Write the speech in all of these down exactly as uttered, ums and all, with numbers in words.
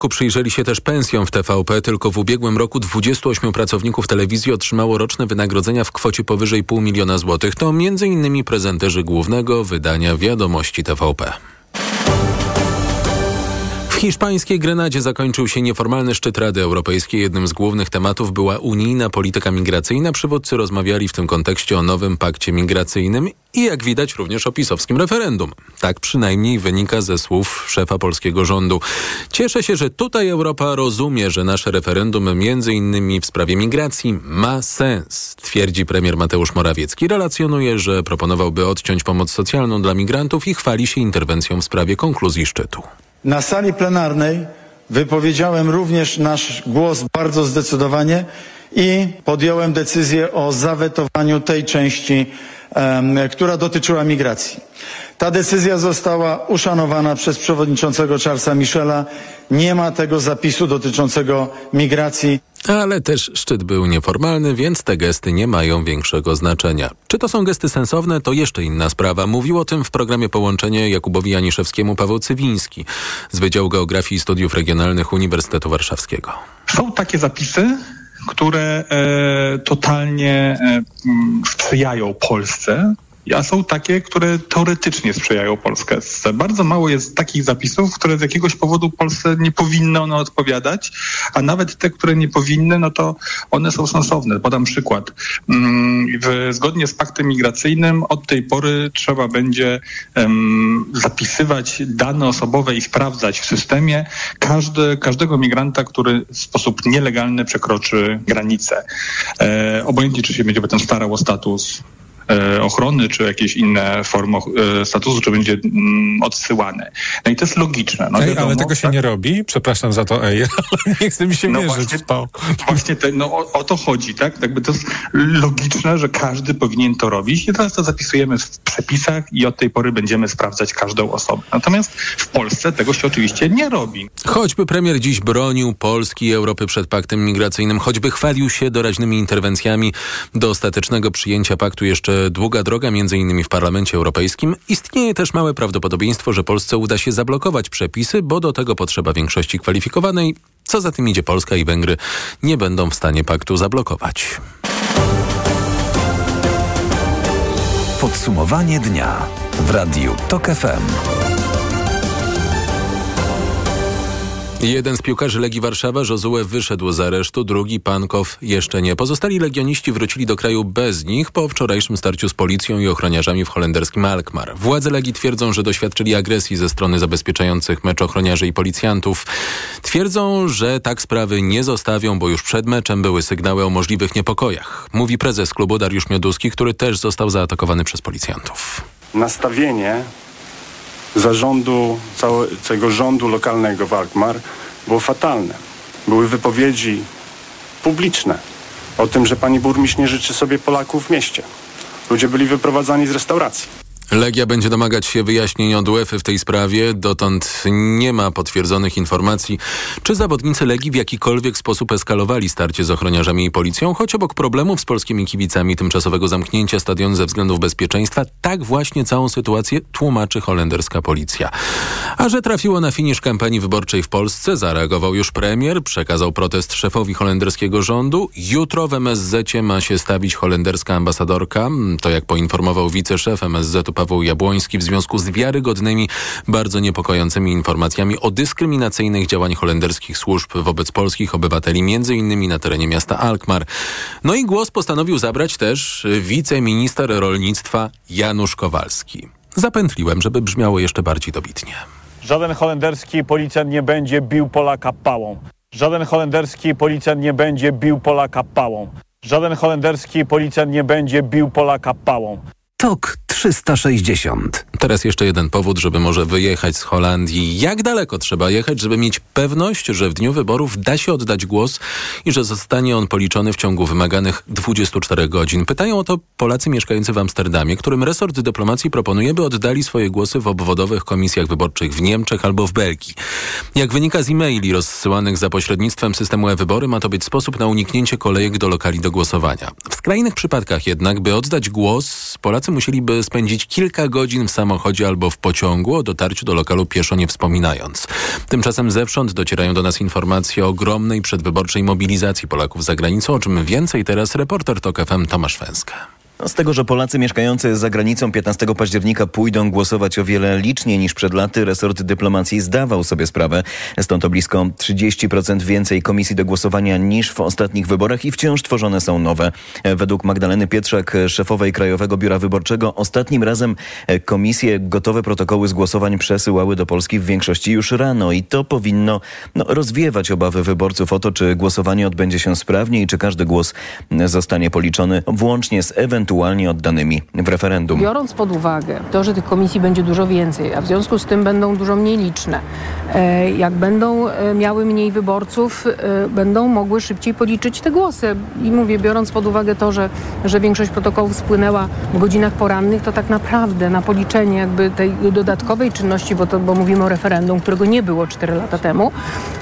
Przyjrzeli się też pensjom w T V P. Tylko w ubiegłym roku dwudziestu ośmiu pracowników telewizji otrzymało roczne wynagrodzenia w kwocie powyżej pół miliona złotych. To między innymi prezenterzy głównego wydania Wiadomości T V P. W hiszpańskiej Grenadzie zakończył się nieformalny szczyt Rady Europejskiej. Jednym z głównych tematów była unijna polityka migracyjna. Przywódcy rozmawiali w tym kontekście o nowym pakcie migracyjnym i jak widać również o pisowskim referendum. Tak przynajmniej wynika ze słów szefa polskiego rządu. Cieszę się, że tutaj Europa rozumie, że nasze referendum między innymi w sprawie migracji ma sens, twierdzi premier Mateusz Morawiecki. Relacjonuje, że proponowałby odciąć pomoc socjalną dla migrantów i chwali się interwencją w sprawie konkluzji szczytu. Na sali plenarnej wypowiedziałem również nasz głos bardzo zdecydowanie i podjąłem decyzję o zawetowaniu tej części, um, która dotyczyła migracji. Ta decyzja została uszanowana przez przewodniczącego Charlesa Michela. Nie ma tego zapisu dotyczącego migracji. Ale też szczyt był nieformalny, więc te gesty nie mają większego znaczenia. Czy to są gesty sensowne, to jeszcze inna sprawa. Mówił o tym w programie Połączenie Jakubowi Janiszewskiemu Paweł Cywiński z Wydziału Geografii i Studiów Regionalnych Uniwersytetu Warszawskiego. Są takie zapisy, które e, totalnie e, sprzyjają Polsce, a są takie, które teoretycznie sprzyjają Polsce. Bardzo mało jest takich zapisów, które z jakiegoś powodu Polsce nie powinny one odpowiadać, a nawet te, które nie powinny, no to one są sensowne. Podam przykład. W, zgodnie z paktem migracyjnym od tej pory trzeba będzie um, zapisywać dane osobowe i sprawdzać w systemie każdy, każdego migranta, który w sposób nielegalny przekroczy granicę. E, obojętnie, czy się będzie potem starał o status ochrony, czy jakieś inne formy statusu, czy będzie mm, odsyłany. No i to jest logiczne. No, ej, wiadomo, ale tego się tak? nie robi. Przepraszam za to, ej, ale nie chce mi się no wierzyć właśnie, w to. Właśnie te, no, o, o to chodzi, tak? Jakby to jest logiczne, że każdy powinien to robić i teraz to zapisujemy w przepisach i od tej pory będziemy sprawdzać każdą osobę. Natomiast w Polsce tego się oczywiście nie robi. Choćby premier dziś bronił Polski i Europy przed paktem migracyjnym, choćby chwalił się doraźnymi interwencjami do ostatecznego przyjęcia paktu jeszcze długa droga, między innymi w Parlamencie Europejskim. Istnieje też małe prawdopodobieństwo, że Polsce uda się zablokować przepisy, bo do tego potrzeba większości kwalifikowanej. Co za tym idzie, Polska i Węgry nie będą w stanie paktu zablokować. Podsumowanie dnia w Radiu Tok F M. Jeden z piłkarzy Legii Warszawa, Josue, wyszedł z aresztu, drugi, Pankow, jeszcze nie. Pozostali legioniści wrócili do kraju bez nich po wczorajszym starciu z policją i ochroniarzami w holenderskim Alkmaar. Władze Legii twierdzą, że doświadczyli agresji ze strony zabezpieczających mecz ochroniarzy i policjantów. Twierdzą, że tak sprawy nie zostawią, bo już przed meczem były sygnały o możliwych niepokojach. Mówi prezes klubu Dariusz Mioduski, który też został zaatakowany przez policjantów. Nastawienie zarządu, całego rządu lokalnego w Alkmaar było fatalne. Były wypowiedzi publiczne o tym, że pani burmistrz nie życzy sobie Polaków w mieście. Ludzie byli wyprowadzani z restauracji. Legia będzie domagać się wyjaśnień od UEFA w tej sprawie. Dotąd nie ma potwierdzonych informacji, czy zawodnicy Legii w jakikolwiek sposób eskalowali starcie z ochroniarzami i policją, choć obok problemów z polskimi kibicami tymczasowego zamknięcia stadionu ze względów bezpieczeństwa, tak właśnie całą sytuację tłumaczy holenderska policja. A że trafiło na finisz kampanii wyborczej w Polsce, zareagował już premier, przekazał protest szefowi holenderskiego rządu. Jutro w M S Z-cie ma się stawić holenderska ambasadorka. To, jak poinformował wiceszef M S Z-u Paweł Jabłoński, w związku z wiarygodnymi, bardzo niepokojącymi informacjami o dyskryminacyjnych działaniach holenderskich służb wobec polskich obywateli, między innymi na terenie miasta Alkmaar. No i głos postanowił zabrać też wiceminister rolnictwa Janusz Kowalski. Zapętliłem, żeby brzmiało jeszcze bardziej dobitnie. Żaden holenderski policjant nie będzie bił Polaka pałą. Żaden holenderski policjant nie będzie bił Polaka pałą. Żaden holenderski policjant nie będzie bił Polaka pałą. Tok trzysta sześćdziesiąt. Teraz jeszcze jeden powód, żeby może wyjechać z Holandii. Jak daleko trzeba jechać, żeby mieć pewność, że w dniu wyborów da się oddać głos i że zostanie on policzony w ciągu wymaganych dwudziestu czterech godzin? Pytają o to Polacy mieszkający w Amsterdamie, którym resort dyplomacji proponuje, by oddali swoje głosy w obwodowych komisjach wyborczych w Niemczech albo w Belgii. Jak wynika z e-maili rozsyłanych za pośrednictwem systemu e-wybory, ma to być sposób na uniknięcie kolejek do lokali do głosowania. W skrajnych przypadkach jednak, by oddać głos, Polacy musieliby spędzić kilka godzin w samochodzie samochodzie albo w pociągu, o dotarciu do lokalu pieszo nie wspominając. Tymczasem zewsząd docierają do nas informacje o ogromnej przedwyborczej mobilizacji Polaków za granicą, o czym więcej teraz reporter TOK F M Tomasz Węska. Z tego, że Polacy mieszkający za granicą piętnastego października pójdą głosować o wiele liczniej niż przed laty, resort dyplomacji zdawał sobie sprawę. Stąd o blisko trzydzieści procent więcej komisji do głosowania niż w ostatnich wyborach i wciąż tworzone są nowe. Według Magdaleny Pietrzak, szefowej Krajowego Biura Wyborczego, ostatnim razem komisje gotowe protokoły z głosowań przesyłały do Polski w większości już rano i to powinno no, rozwiewać obawy wyborców o to, czy głosowanie odbędzie się sprawnie i czy każdy głos zostanie policzony, włącznie z ewentualnymi oddanymi w referendum. Biorąc pod uwagę to, że tych komisji będzie dużo więcej, a w związku z tym będą dużo mniej liczne, jak będą miały mniej wyborców, będą mogły szybciej policzyć te głosy. I mówię, biorąc pod uwagę to, że, że większość protokołów spłynęła w godzinach porannych, to tak naprawdę na policzenie jakby tej dodatkowej czynności, bo, to, bo mówimy o referendum, którego nie było cztery lata temu,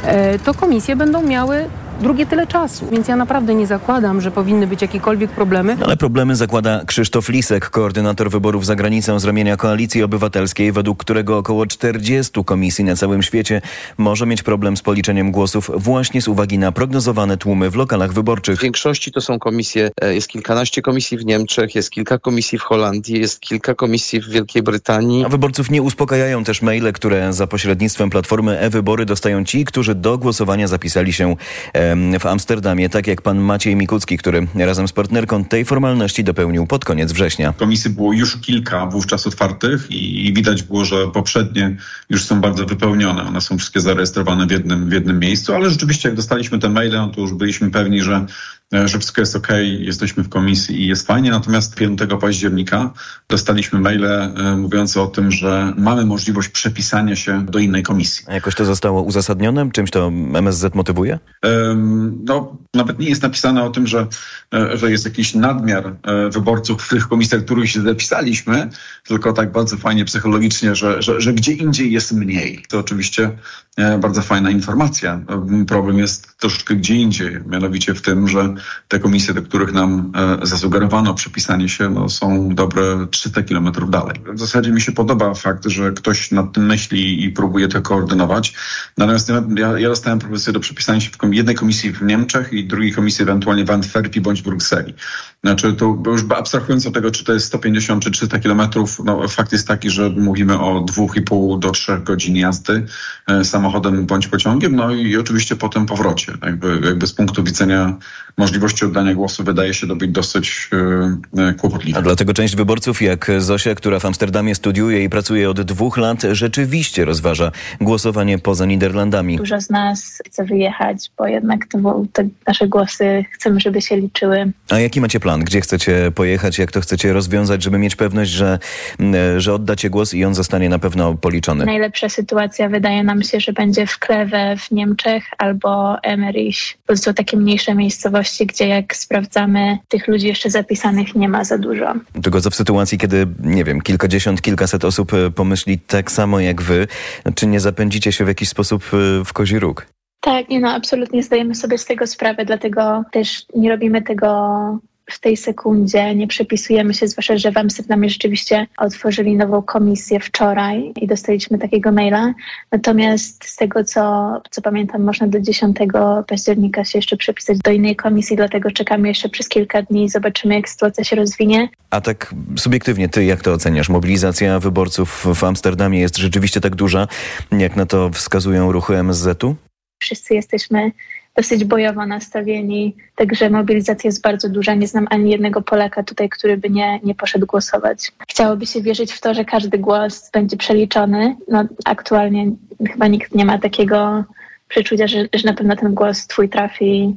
to komisje będą miały drugie tyle czasu. Więc ja naprawdę nie zakładam, że powinny być jakiekolwiek problemy. Ale problemy zakłada Krzysztof Lisek, koordynator wyborów za granicą z ramienia Koalicji Obywatelskiej, według którego około czterdziestu komisji na całym świecie może mieć problem z policzeniem głosów właśnie z uwagi na prognozowane tłumy w lokalach wyborczych. W większości to są komisje, jest kilkanaście komisji w Niemczech, jest kilka komisji w Holandii, jest kilka komisji w Wielkiej Brytanii. A wyborców nie uspokajają też maile, które za pośrednictwem platformy e-Wybory dostają ci, którzy do głosowania zapisali się e, w Amsterdamie, tak jak pan Maciej Mikucki, który razem z partnerką tej formalności dopełnił pod koniec września. Komisji było już kilka wówczas otwartych i widać było, że poprzednie już są bardzo wypełnione. One są wszystkie zarejestrowane w jednym, w jednym miejscu, ale rzeczywiście jak dostaliśmy te maile, no to już byliśmy pewni, że że wszystko jest okej, okay, jesteśmy w komisji i jest fajnie. Natomiast piątego października dostaliśmy maile e, mówiące o tym, że mamy możliwość przepisania się do innej komisji. A jakoś to zostało uzasadnione? Czymś to M S Z motywuje? Ehm, no, nawet nie jest napisane o tym, że, e, że jest jakiś nadmiar e, wyborców w tych komisjach, których się zapisaliśmy, tylko tak bardzo fajnie psychologicznie, że, że, że gdzie indziej jest mniej. To oczywiście e, bardzo fajna informacja. E, problem jest troszeczkę gdzie indziej, mianowicie w tym, że te komisje, do których nam e, zasugerowano przepisanie się, no, są dobre trzysta kilometrów dalej. W zasadzie mi się podoba fakt, że ktoś nad tym myśli i próbuje to koordynować. Natomiast ja, ja dostałem propozycję do przepisania się w jednej komisji w Niemczech i drugiej komisji ewentualnie w Antwerpii bądź w Brukseli. Znaczy, to już abstrahując od tego, czy to jest sto pięćdziesiąt czy trzysta kilometrów, no, fakt jest taki, że mówimy o dwóch i pół do trzech godzin jazdy e, samochodem bądź pociągiem, no i oczywiście potem powrocie. Jakby, jakby z punktu widzenia możliwości oddania głosu wydaje się to być dosyć e, kłopotliwe. A dlatego część wyborców, jak Zosia, która w Amsterdamie studiuje i pracuje od dwóch lat, rzeczywiście rozważa głosowanie poza Niderlandami. Dużo z nas chce wyjechać, bo jednak to, te nasze głosy chcemy, żeby się liczyły. A jaki macie plan? Gdzie chcecie pojechać? Jak to chcecie rozwiązać, żeby mieć pewność, że, że oddacie głos i on zostanie na pewno policzony? Najlepsza sytuacja wydaje nam się, że będzie w Kleve w Niemczech albo Emmerich. To są takie mniejsze miejscowości, gdzie jak sprawdzamy, tych ludzi jeszcze zapisanych nie ma za dużo. Tylko co w sytuacji, kiedy, nie wiem, kilkadziesiąt, kilkaset osób pomyśli tak samo jak wy, czy nie zapędzicie się w jakiś sposób w kozi róg? Tak, nie no, absolutnie zdajemy sobie z tego sprawę, dlatego też nie robimy tego w tej sekundzie, nie przepisujemy się, zwłaszcza, że w Amsterdamie rzeczywiście otworzyli nową komisję wczoraj i dostaliśmy takiego maila. Natomiast z tego, co, co pamiętam, można do dziesiątego października się jeszcze przepisać do innej komisji, dlatego czekamy jeszcze przez kilka dni i zobaczymy, jak sytuacja się rozwinie. A tak subiektywnie, ty jak to oceniasz? Mobilizacja wyborców w Amsterdamie jest rzeczywiście tak duża, jak na to wskazują ruchy M S Z-u? Wszyscy jesteśmy dosyć bojowo nastawieni, także mobilizacja jest bardzo duża. Nie znam ani jednego Polaka tutaj, który by nie, nie poszedł głosować. Chciałoby się wierzyć w to, że każdy głos będzie przeliczony. No, aktualnie chyba nikt nie ma takiego przeczucia, że, że na pewno ten głos twój trafi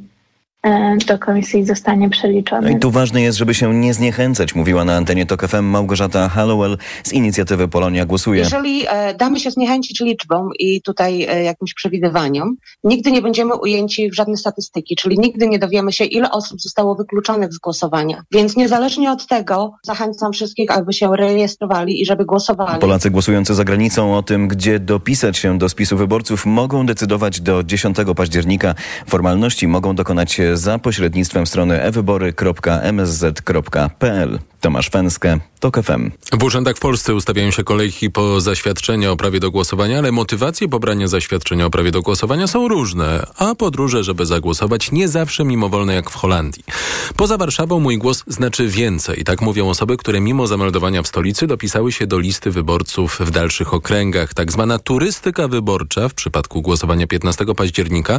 do komisji zostanie przeliczony. No i tu ważne jest, żeby się nie zniechęcać, mówiła na antenie TOK F M Małgorzata Hallowell z inicjatywy Polonia Głosuje. Jeżeli e, damy się zniechęcić liczbą i tutaj e, jakimś przewidywaniom, nigdy nie będziemy ujęci w żadne statystyki, czyli nigdy nie dowiemy się, ile osób zostało wykluczonych z głosowania. Więc niezależnie od tego zachęcam wszystkich, aby się rejestrowali i żeby głosowali. Polacy głosujący za granicą o tym, gdzie dopisać się do spisu wyborców, mogą decydować do dziesiątego października. Formalności mogą dokonać za pośrednictwem strony e wybory kropka m s z kropka p l. Tomasz Fęskę, TOK F M. W urzędach w Polsce ustawiają się kolejki po zaświadczenia o prawie do głosowania, ale motywacje pobrania zaświadczenia o prawie do głosowania są różne, a podróże, żeby zagłosować, nie zawsze mimowolne jak w Holandii. Poza Warszawą mój głos znaczy więcej. Tak mówią osoby, które mimo zameldowania w stolicy dopisały się do listy wyborców w dalszych okręgach. Tak zwana turystyka wyborcza w przypadku głosowania piętnastego października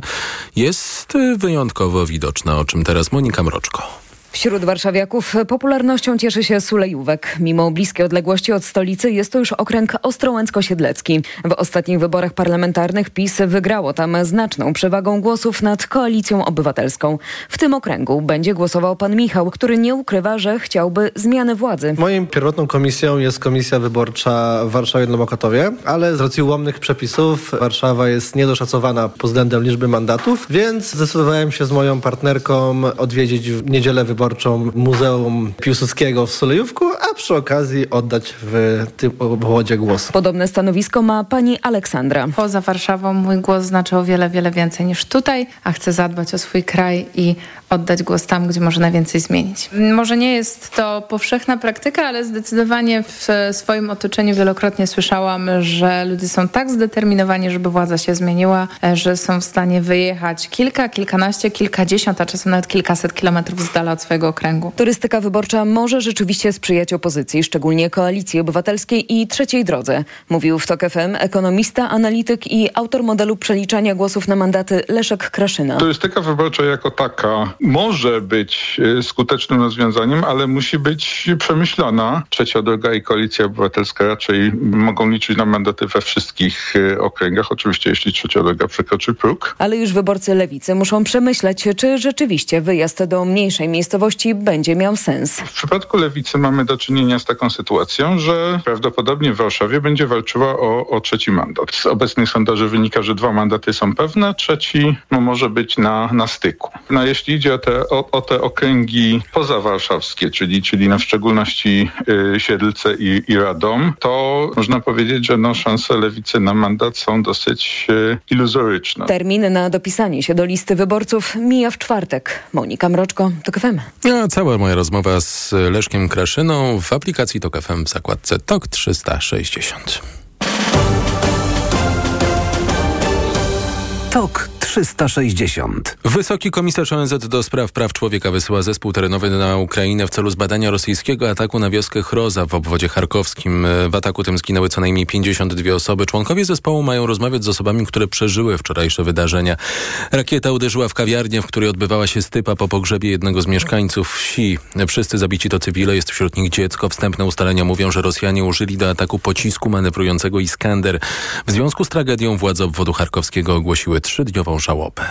jest wyjątkowo widoczna, o czym teraz Monika Mroczko. Wśród warszawiaków popularnością cieszy się Sulejówek. Mimo bliskiej odległości od stolicy jest to już okręg ostrołęcko-siedlecki. W ostatnich wyborach parlamentarnych PiS wygrało tam znaczną przewagą głosów nad Koalicją Obywatelską. W tym okręgu będzie głosował pan Michał, który nie ukrywa, że chciałby zmiany władzy. Moją pierwotną komisją jest komisja wyborcza w Warszawie na Mokotowie, ale z racji ułomnych przepisów Warszawa jest niedoszacowana pod względem liczby mandatów, więc zdecydowałem się z moją partnerką odwiedzić w niedzielę wyborczą Muzeum Piłsudskiego w Sulejówku, a przy okazji oddać w tym obwodzie głos. Podobne stanowisko ma pani Aleksandra. Poza Warszawą mój głos znaczy o wiele, wiele więcej niż tutaj, a chcę zadbać o swój kraj i oddać głos tam, gdzie może najwięcej zmienić. Może nie jest to powszechna praktyka, ale zdecydowanie w swoim otoczeniu wielokrotnie słyszałam, że ludzie są tak zdeterminowani, żeby władza się zmieniła, że są w stanie wyjechać kilka, kilkanaście, kilkadziesiąt, a czasem nawet kilkaset kilometrów z dala od swojego okręgu. Turystyka wyborcza może rzeczywiście sprzyjać opozycji, szczególnie Koalicji Obywatelskiej i Trzeciej Drodze, mówił w TOK F M ekonomista, analityk i autor modelu przeliczania głosów na mandaty Leszek Kraszyna. Turystyka wyborcza jako taka może być skutecznym rozwiązaniem, ale musi być przemyślana. Trzecia Droga i Koalicja Obywatelska raczej mogą liczyć na mandaty we wszystkich okręgach, oczywiście jeśli Trzecia Droga przekroczy próg. Ale już wyborcy Lewicy muszą przemyśleć, czy rzeczywiście wyjazd do mniejszej miejscowości będzie miał sens. W przypadku Lewicy mamy do czynienia z taką sytuacją, że prawdopodobnie w Warszawie będzie walczyła o, o trzeci mandat. Z obecnych sondaży wynika, że dwa mandaty są pewne, trzeci no, może być na, na styku. No, jeśli idzie o te, o, o te okręgi pozawarszawskie, czyli, czyli na w szczególności y, Siedlce i, i Radom, to można powiedzieć, że no, szanse Lewicy na mandat są dosyć y, iluzoryczne. Termin na dopisanie się do listy wyborców mija w czwartek. Monika Mroczko, TOK F M. A cała moja rozmowa z Leszkiem Kraszyną w aplikacji TOK F M w zakładce TOK trzysta sześćdziesiąt. TOK trzysta sześćdziesiąt. Wysoki komisarz O N Z do spraw praw człowieka wysyła zespół terenowy na Ukrainę w celu zbadania rosyjskiego ataku na wioskę Chroza w obwodzie charkowskim. W ataku tym zginęły co najmniej pięćdziesiąt dwie osoby. Członkowie zespołu mają rozmawiać z osobami, które przeżyły wczorajsze wydarzenia. Rakieta uderzyła w kawiarnię, w której odbywała się stypa po pogrzebie jednego z mieszkańców wsi. Wszyscy zabici to cywile, jest wśród nich dziecko. Wstępne ustalenia mówią, że Rosjanie użyli do ataku pocisku manewrującego Iskander. W związku z tragedią władze obwodu charkowskiego ogłosiły trzydniową żałobę.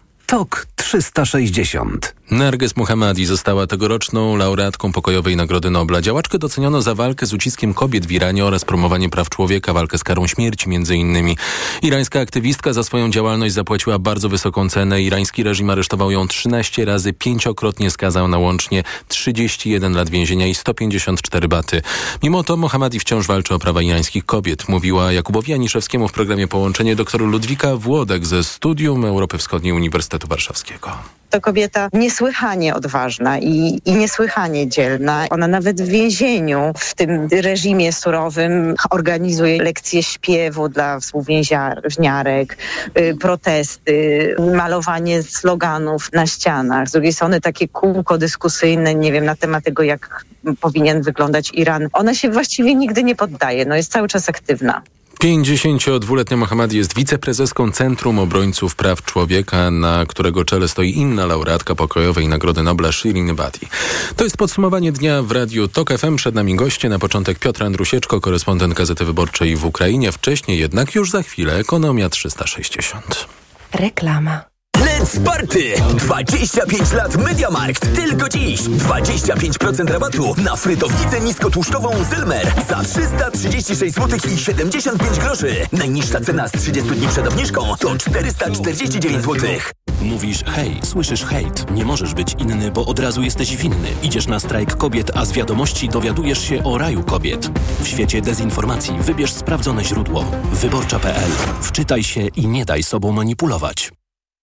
TOK trzysta sześćdziesiąt. Narges Mohammadi została tegoroczną laureatką Pokojowej Nagrody Nobla. Działaczkę doceniono za walkę z uciskiem kobiet w Iranie oraz promowanie praw człowieka, walkę z karą śmierci między innymi. Irańska aktywistka za swoją działalność zapłaciła bardzo wysoką cenę. Irański reżim aresztował ją trzynaście razy, pięciokrotnie skazał na łącznie trzydzieści jeden lat więzienia i sto pięćdziesiąt cztery baty. Mimo to Mohammadi wciąż walczy o prawa irańskich kobiet, mówiła Jakubowi Janiszewskiemu w programie Połączenie dr Ludwika Włodek ze Studium Europy Wschodniej Uniwersytetu Warszawskiego. To kobieta niesłychanie odważna i, i niesłychanie dzielna. Ona nawet w więzieniu, w tym reżimie surowym, organizuje lekcje śpiewu dla współwięźniarek, y, protesty, malowanie sloganów na ścianach. Z drugiej strony takie kółko dyskusyjne, nie wiem, na temat tego, jak powinien wyglądać Iran. Ona się właściwie nigdy nie poddaje, no jest cały czas aktywna. pięćdziesięciodwuletnia Mohammadi jest wiceprezeską Centrum Obrońców Praw Człowieka, na którego czele stoi inna laureatka Pokojowej Nagrody Nobla, Shirin Ebadi. To jest podsumowanie dnia w Radiu TOK F M. Przed nami goście. Na początek Piotr Andrusieczko, korespondent Gazety Wyborczej w Ukrainie. Wcześniej jednak już za chwilę Ekonomia trzysta sześćdziesiąt. Reklama. Let's Party! dwadzieścia pięć lat MediaMarkt. Tylko dziś dwadzieścia pięć procent rabatu na frytownicę niskotłuszczową Zylmer za trzysta trzydzieści sześć złotych i siedemdziesiąt pięć groszy. Najniższa cena z trzydziestu dni przed obniżką to czterysta czterdzieści dziewięć złotych. Mówisz hej, słyszysz hejt. Nie możesz być inny, bo od razu jesteś winny. Idziesz na strajk kobiet, a z wiadomości dowiadujesz się o raju kobiet. W świecie dezinformacji wybierz sprawdzone źródło. Wyborcza kropka pe el. Wczytaj się i nie daj sobą manipulować.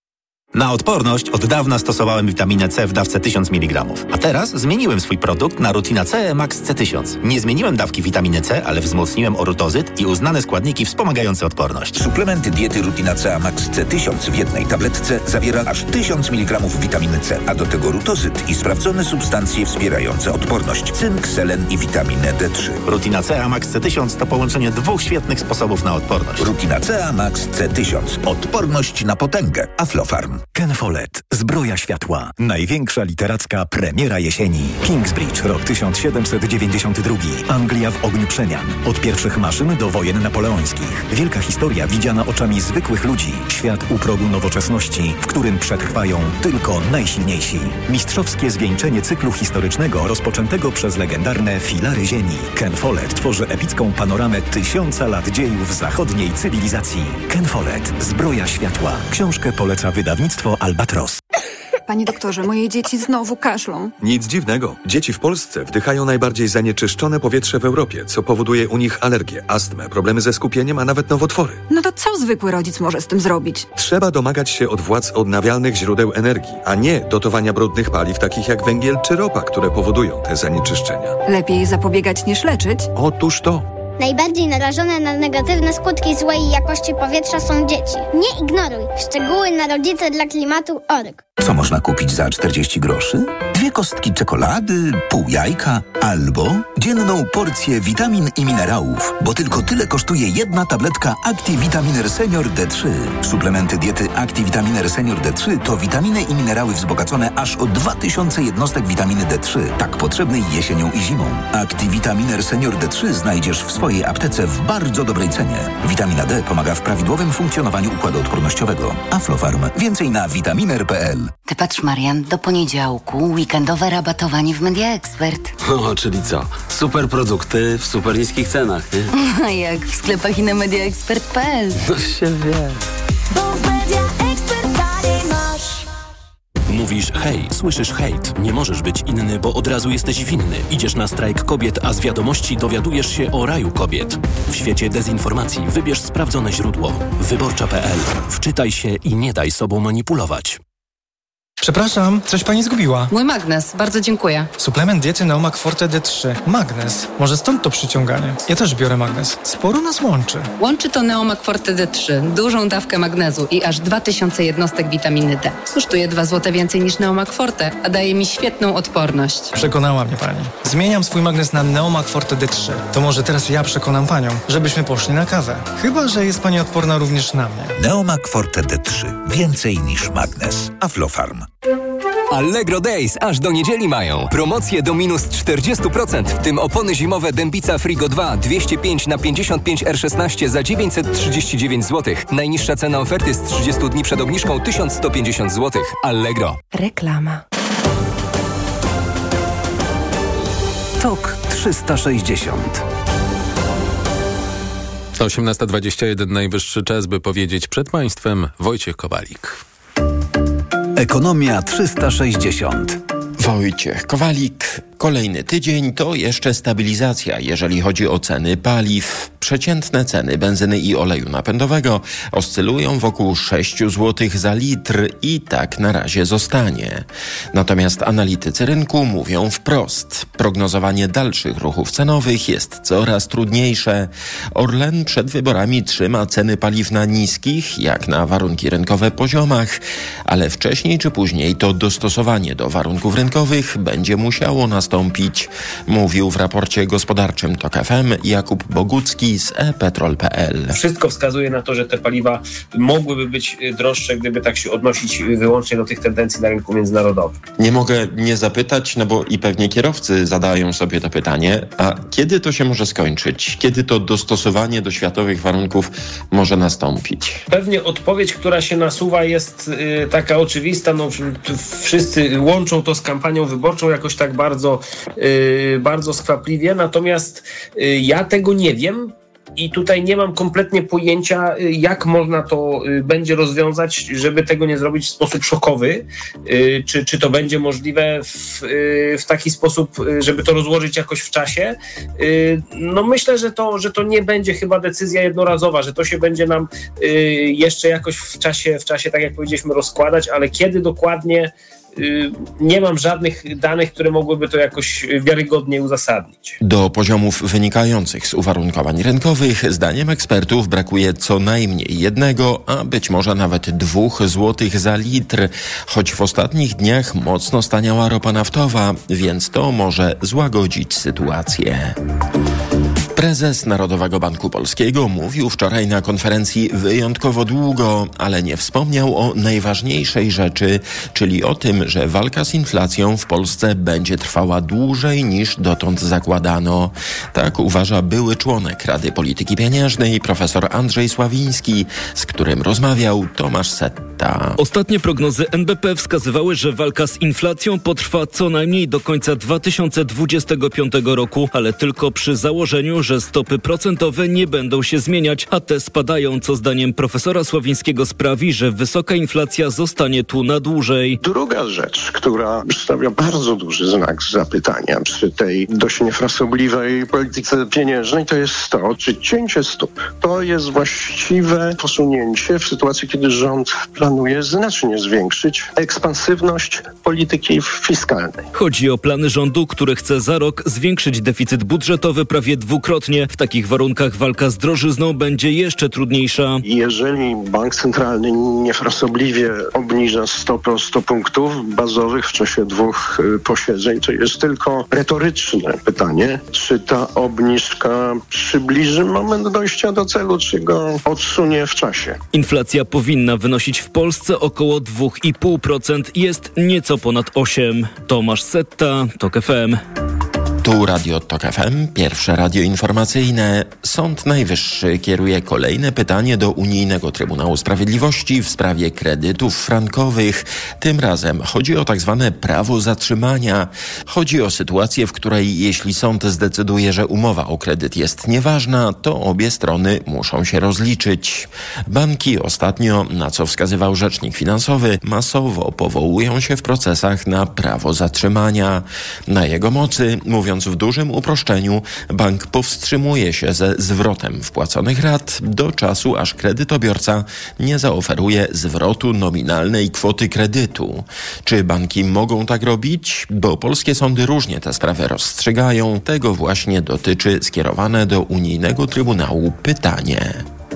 Na odporność od dawna stosowałem witaminę C w dawce tysiąc miligramów. A teraz zmieniłem swój produkt na Rutina C Max C tysiąc. Nie zmieniłem dawki witaminy C, ale wzmocniłem orutozyt i uznane składniki wspomagające odporność. Suplementy diety Rutina C Max C tysiąc w jednej tabletce zawiera aż tysiąc miligramów witaminy C, a do tego rutozyt i sprawdzone substancje wspierające odporność. Cynk, selen i witaminę D trzy. Rutina C Max C tysiąc to połączenie dwóch świetnych sposobów na odporność. Rutina C Max C tysiąc. Odporność na potęgę. Aflofarm. Ken Follett. Zbroja światła. Największa literacka premiera jesieni. Kingsbridge, rok tysiąc siedemset dziewięćdziesiąty drugi. Anglia w ogniu przemian. Od pierwszych maszyn do wojen napoleońskich. Wielka historia widziana oczami zwykłych ludzi. Świat u progu nowoczesności, w którym przetrwają tylko najsilniejsi. Mistrzowskie zwieńczenie cyklu historycznego rozpoczętego przez legendarne filary ziemi. Ken Follett tworzy epicką panoramę tysiąca lat dziejów zachodniej cywilizacji. Ken Follett. Zbroja światła. Książkę poleca wydawnictwo Albatros. Panie doktorze, moje dzieci znowu kaszlą. Nic dziwnego. Dzieci w Polsce wdychają najbardziej zanieczyszczone powietrze w Europie, co powoduje u nich alergie, astmę, problemy ze skupieniem, a nawet nowotwory. No to co zwykły rodzic może z tym zrobić? Trzeba domagać się od władz odnawialnych źródeł energii, a nie dotowania brudnych paliw takich jak węgiel czy ropa, które powodują te zanieczyszczenia. Lepiej zapobiegać niż leczyć? Otóż to. Najbardziej narażone na negatywne skutki złej jakości powietrza są dzieci. Nie ignoruj. Szczegóły na rodzice dla klimatu kropka org. Co można kupić za czterdzieści groszy? Dwie kostki czekolady, pół jajka albo dzienną porcję witamin i minerałów, bo tylko tyle kosztuje jedna tabletka Activitaminer Senior D trzy. Suplementy diety Activitaminer Senior D trzy to witaminy i minerały wzbogacone aż o dwa tysiące jednostek witaminy D trzy, tak potrzebnej jesienią i zimą. Activitaminer Senior D trzy znajdziesz w swojej aptece w bardzo dobrej cenie. Witamina D pomaga w prawidłowym funkcjonowaniu układu odpornościowego. Aflofarm. Więcej na vitaminer kropka p l. Ty patrz, Marian, do poniedziałku weekendowe rabatowanie w Media Expert. O, czyli co? Super produkty w super niskich cenach, nie? A jak w sklepach i na media expert kropka p l. No się wie. Mówisz hej, słyszysz hejt. Nie możesz być inny, bo od razu jesteś winny. Idziesz na strajk kobiet, a z wiadomości dowiadujesz się o raju kobiet. W świecie dezinformacji wybierz sprawdzone źródło. Wyborcza kropka p l. Wczytaj się i nie daj sobą manipulować. Przepraszam, coś pani zgubiła. Mój magnes, bardzo dziękuję. Suplement diety Neomak Forte D trzy. Magnes. Może stąd to przyciąganie. Ja też biorę magnes. Sporo nas łączy. Łączy to Neomak Forte D trzy. Dużą dawkę magnezu i aż dwa tysiące jednostek witaminy D. Kosztuje dwa złote więcej niż Neomak Forte, a daje mi świetną odporność. Przekonała mnie pani. Zmieniam swój magnes na Neomak Forte D trzy. To może teraz ja przekonam panią, żebyśmy poszli na kawę. Chyba że jest pani odporna również na mnie. Neomak Forte D trzy. Więcej niż magnes. Aflofarm. Allegro Days aż do niedzieli mają. Promocje do minus czterdzieści procent, w tym opony zimowe Dębica Frigo dwa dwieście pięć na pięćdziesiąt pięć R szesnaście za dziewięćset trzydzieści dziewięć złotych. Najniższa cena oferty z trzydziestu dni przed obniżką tysiąc sto pięćdziesiąt złotych. Allegro. Reklama. Tok trzysta sześćdziesiąt. osiemnasta dwadzieścia jeden, najwyższy czas, by powiedzieć przed państwem Wojciech Kowalik. Ekonomia trzysta sześćdziesiąt. Wojciech Kowalik. Kolejny tydzień to jeszcze stabilizacja, jeżeli chodzi o ceny paliw. Przeciętne ceny benzyny i oleju napędowego oscylują wokół sześć złotych za litr i tak na razie zostanie. Natomiast analitycy rynku mówią wprost. Prognozowanie dalszych ruchów cenowych jest coraz trudniejsze. Orlen przed wyborami trzyma ceny paliw na niskich, jak na warunki rynkowe, poziomach, ale wcześniej czy później to dostosowanie do warunków rynkowych będzie musiało nastąpić. Mówił w raporcie gospodarczym Tok F M Jakub Bogucki z e petrol kropka p l. Wszystko wskazuje na to, że te paliwa mogłyby być droższe, gdyby tak się odnosić wyłącznie do tych tendencji na rynku międzynarodowym. Nie mogę nie zapytać, no bo i pewnie kierowcy zadają sobie to pytanie, a kiedy to się może skończyć? Kiedy to dostosowanie do światowych warunków może nastąpić? Pewnie odpowiedź, która się nasuwa, jest y, taka oczywista. No, wszyscy łączą to z kampanią wyborczą jakoś tak bardzo, y, bardzo skwapliwie, natomiast y, ja tego nie wiem. i tutaj nie mam kompletnie pojęcia, jak można to będzie rozwiązać, żeby tego nie zrobić w sposób szokowy. Czy, czy to będzie możliwe w, w taki sposób, żeby to rozłożyć jakoś w czasie? No myślę, że to, że to nie będzie chyba decyzja jednorazowa, że to się będzie nam jeszcze jakoś w czasie, w czasie, tak jak powiedzieliśmy, rozkładać, ale kiedy dokładnie, nie mam żadnych danych, które mogłyby to jakoś wiarygodnie uzasadnić. Do poziomów wynikających z uwarunkowań rynkowych, zdaniem ekspertów, brakuje co najmniej jednego, a być może nawet dwóch złotych za litr, choć w ostatnich dniach mocno staniała ropa naftowa, więc to może złagodzić sytuację. Prezes Narodowego Banku Polskiego mówił wczoraj na konferencji wyjątkowo długo, ale nie wspomniał o najważniejszej rzeczy, czyli o tym, że walka z inflacją w Polsce będzie trwała dłużej niż dotąd zakładano. Tak uważa były członek Rady Polityki Pieniężnej profesor Andrzej Sławiński, z którym rozmawiał Tomasz Setta. Ostatnie prognozy N B P wskazywały, że walka z inflacją potrwa co najmniej do końca dwa tysiące dwudziestego piątego roku, ale tylko przy założeniu, że stopy procentowe nie będą się zmieniać, a te spadają, co zdaniem profesora Sławińskiego sprawi, że wysoka inflacja zostanie tu na dłużej. Druga rzecz, która stawia bardzo duży znak zapytania przy tej dość niefrasobliwej polityce pieniężnej, to jest to, czy cięcie stóp to jest właściwe posunięcie w sytuacji, kiedy rząd planuje znacznie zwiększyć ekspansywność polityki fiskalnej. Chodzi o plany rządu, który chce za rok zwiększyć deficyt budżetowy prawie dwukrotnie. W takich warunkach walka z drożyzną będzie jeszcze trudniejsza. Jeżeli bank centralny niefrasobliwie obniża stopę o sto punktów bazowych w czasie dwóch posiedzeń, to jest tylko retoryczne pytanie, czy ta obniżka przybliży moment dojścia do celu, czy go odsunie w czasie. Inflacja powinna wynosić w Polsce około dwa i pół procent, jest nieco ponad osiem procent. Tomasz Setta, TOK F M. Tu Radio TOK F M, pierwsze radio informacyjne. Sąd Najwyższy kieruje kolejne pytanie do Unijnego Trybunału Sprawiedliwości w sprawie kredytów frankowych. Tym razem chodzi o tak zwane prawo zatrzymania. Chodzi o sytuację, w której jeśli sąd zdecyduje, że umowa o kredyt jest nieważna, to obie strony muszą się rozliczyć. Banki ostatnio, na co wskazywał rzecznik finansowy, masowo powołują się w procesach na prawo zatrzymania. Na jego mocy, mówiąc w dużym uproszczeniu, bank powstrzymuje się ze zwrotem wpłaconych rat do czasu, aż kredytobiorca nie zaoferuje zwrotu nominalnej kwoty kredytu. Czy banki mogą tak robić? Bo polskie sądy różnie tę sprawę rozstrzygają. Tego właśnie dotyczy skierowane do Unijnego Trybunału pytanie.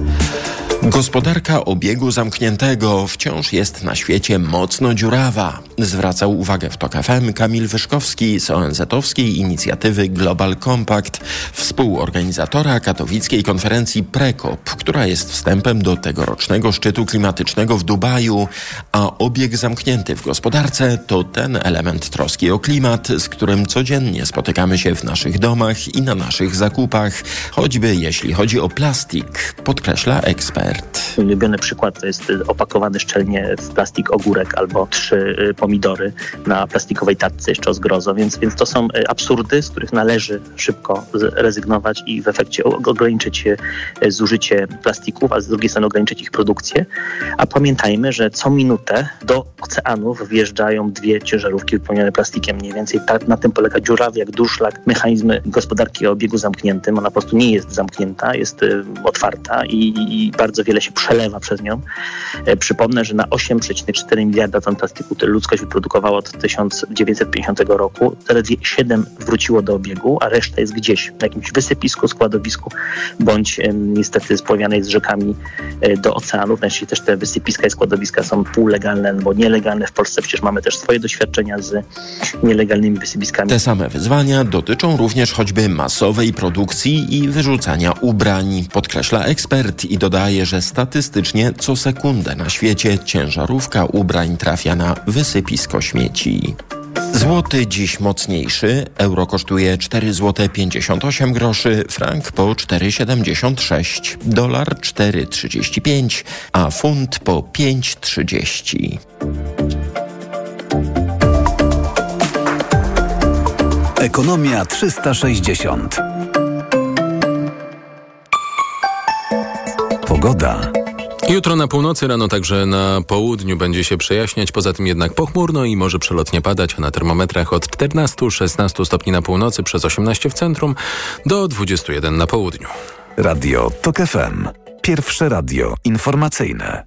Gospodarka obiegu zamkniętego wciąż jest na świecie mocno dziurawa. Zwracał uwagę w TOK F M Kamil Wyszkowski z O N Z-owskiej inicjatywy Global Compact, współorganizatora katowickiej konferencji PreCOP, która jest wstępem do tegorocznego szczytu klimatycznego w Dubaju, a obieg zamknięty w gospodarce to ten element troski o klimat, z którym codziennie spotykamy się w naszych domach i na naszych zakupach, choćby jeśli chodzi o plastik, podkreśla ekspert. Mój ulubiony przykład to jest opakowany szczelnie w plastik ogórek albo trzy pomidory na plastikowej tacce jeszcze o zgrozo, więc, więc to są absurdy, z których należy szybko rezygnować i w efekcie ograniczyć zużycie plastików, a z drugiej strony ograniczyć ich produkcję. A pamiętajmy, że co minutę do oceanów wjeżdżają dwie ciężarówki wypełnione plastikiem. Mniej więcej tak na tym polega dziurawy jak durszlak mechanizmy gospodarki o obiegu zamkniętym. Ona po prostu nie jest zamknięta, jest otwarta i, i bardzo wiele się przelewa przez nią. E, przypomnę, że na osiem przecinek cztery miliarda ton plastiku, który ludzkość wyprodukowała od tysiąc dziewięćset pięćdziesiątego roku, zaledwie siedem wróciło do obiegu, a reszta jest gdzieś na jakimś wysypisku, składowisku, bądź e, niestety spływanej z rzekami e, do oceanów. Najczęściej też te wysypiska i składowiska są półlegalne albo nielegalne. W Polsce przecież mamy też swoje doświadczenia z nielegalnymi wysypiskami. Te same wyzwania dotyczą również choćby masowej produkcji i wyrzucania ubrań, podkreśla ekspert i dodaje, że statystycznie co sekundę na świecie ciężarówka ubrań trafia na wysypisko śmieci. Złoty dziś mocniejszy, euro kosztuje cztery złote pięćdziesiąt osiem groszy, frank po cztery siedemdziesiąt sześć, dolar cztery trzydzieści pięć, a funt po pięć trzydzieści. Ekonomia trzysta sześćdziesiąt. Pogoda. Jutro na północy, rano także na południu będzie się przejaśniać, poza tym jednak pochmurno i może przelotnie padać, a na termometrach od czternastu do szesnastu stopni na północy, przez osiemnaście w centrum, do dwudziestu jeden na południu. Radio TOK F M. Pierwsze radio informacyjne.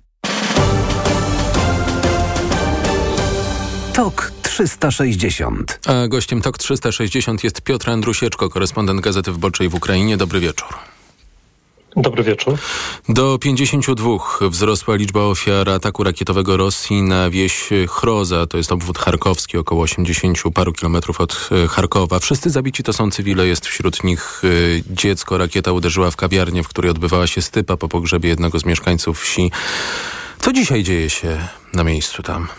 TOK trzysta sześćdziesiąt. A gościem TOK trzysta sześćdziesiąt jest Piotr Andrusieczko, korespondent Gazety Wyborczej w Ukrainie. Dobry wieczór. Dobry wieczór. Do pięćdziesięciu dwóch wzrosła liczba ofiar ataku rakietowego Rosji na wieś Chroza, to jest obwód charkowski, około osiemdziesięciu paru kilometrów od Charkowa. Wszyscy zabici to są cywile, jest wśród nich dziecko. Rakieta uderzyła w kawiarnię, w której odbywała się stypa po pogrzebie jednego z mieszkańców wsi. Co dzisiaj dzieje się na miejscu tam?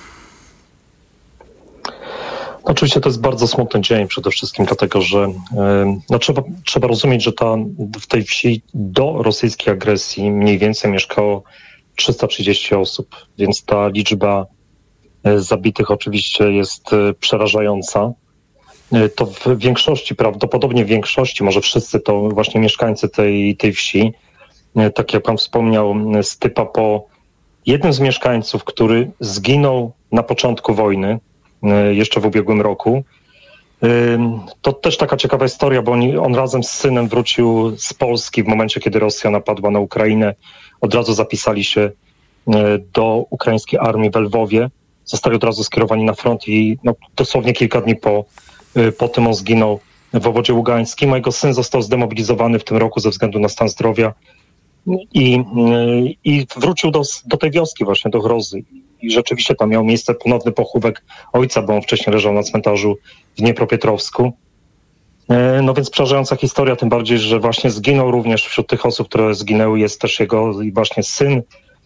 Oczywiście to jest bardzo smutny dzień, przede wszystkim dlatego, że no, trzeba, trzeba rozumieć, że ta, w tej wsi do rosyjskiej agresji mniej więcej mieszkało trzysta trzydzieści osób, więc ta liczba zabitych oczywiście jest przerażająca. To w większości, prawdopodobnie w większości, może wszyscy to właśnie mieszkańcy tej, tej wsi. Tak jak pan wspomniał, stypa po jednym z mieszkańców, który zginął na początku wojny, jeszcze w ubiegłym roku. To też taka ciekawa historia, bo on, on razem z synem wrócił z Polski w momencie, kiedy Rosja napadła na Ukrainę. Od razu zapisali się do ukraińskiej armii w Lwowie. Zostali od razu skierowani na front i no, dosłownie kilka dni po, po tym on zginął w obwodzie ługańskim. A jego syn został zdemobilizowany w tym roku ze względu na stan zdrowia i, i wrócił do, do tej wioski właśnie, do Chrozy. I rzeczywiście tam miał miejsce ponowny pochówek ojca, bo on wcześniej leżał na cmentarzu w Dniepropietrowsku. No więc przerażająca historia, tym bardziej, że właśnie zginął również wśród tych osób, które zginęły, jest też jego właśnie syn,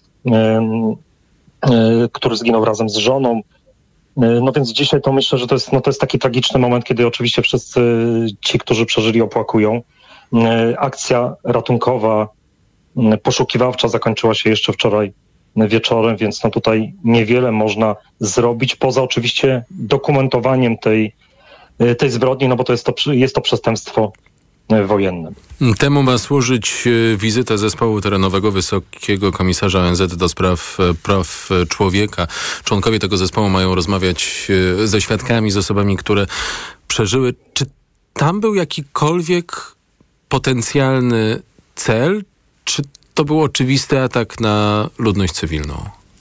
który zginął razem z żoną. No więc dzisiaj to myślę, że to jest, no to jest taki tragiczny moment, kiedy oczywiście wszyscy ci, którzy przeżyli, opłakują. Akcja ratunkowa, poszukiwawcza zakończyła się jeszcze wczoraj wieczorem, więc no tutaj niewiele można zrobić, poza oczywiście dokumentowaniem tej, tej zbrodni, no bo to jest to, jest to przestępstwo wojenne. Temu ma służyć wizyta zespołu terenowego Wysokiego Komisarza O N Z do spraw praw człowieka. Członkowie tego zespołu mają rozmawiać ze świadkami, z osobami, które przeżyły. Czy tam był jakikolwiek potencjalny cel, czy to był oczywisty atak na ludność cywilną?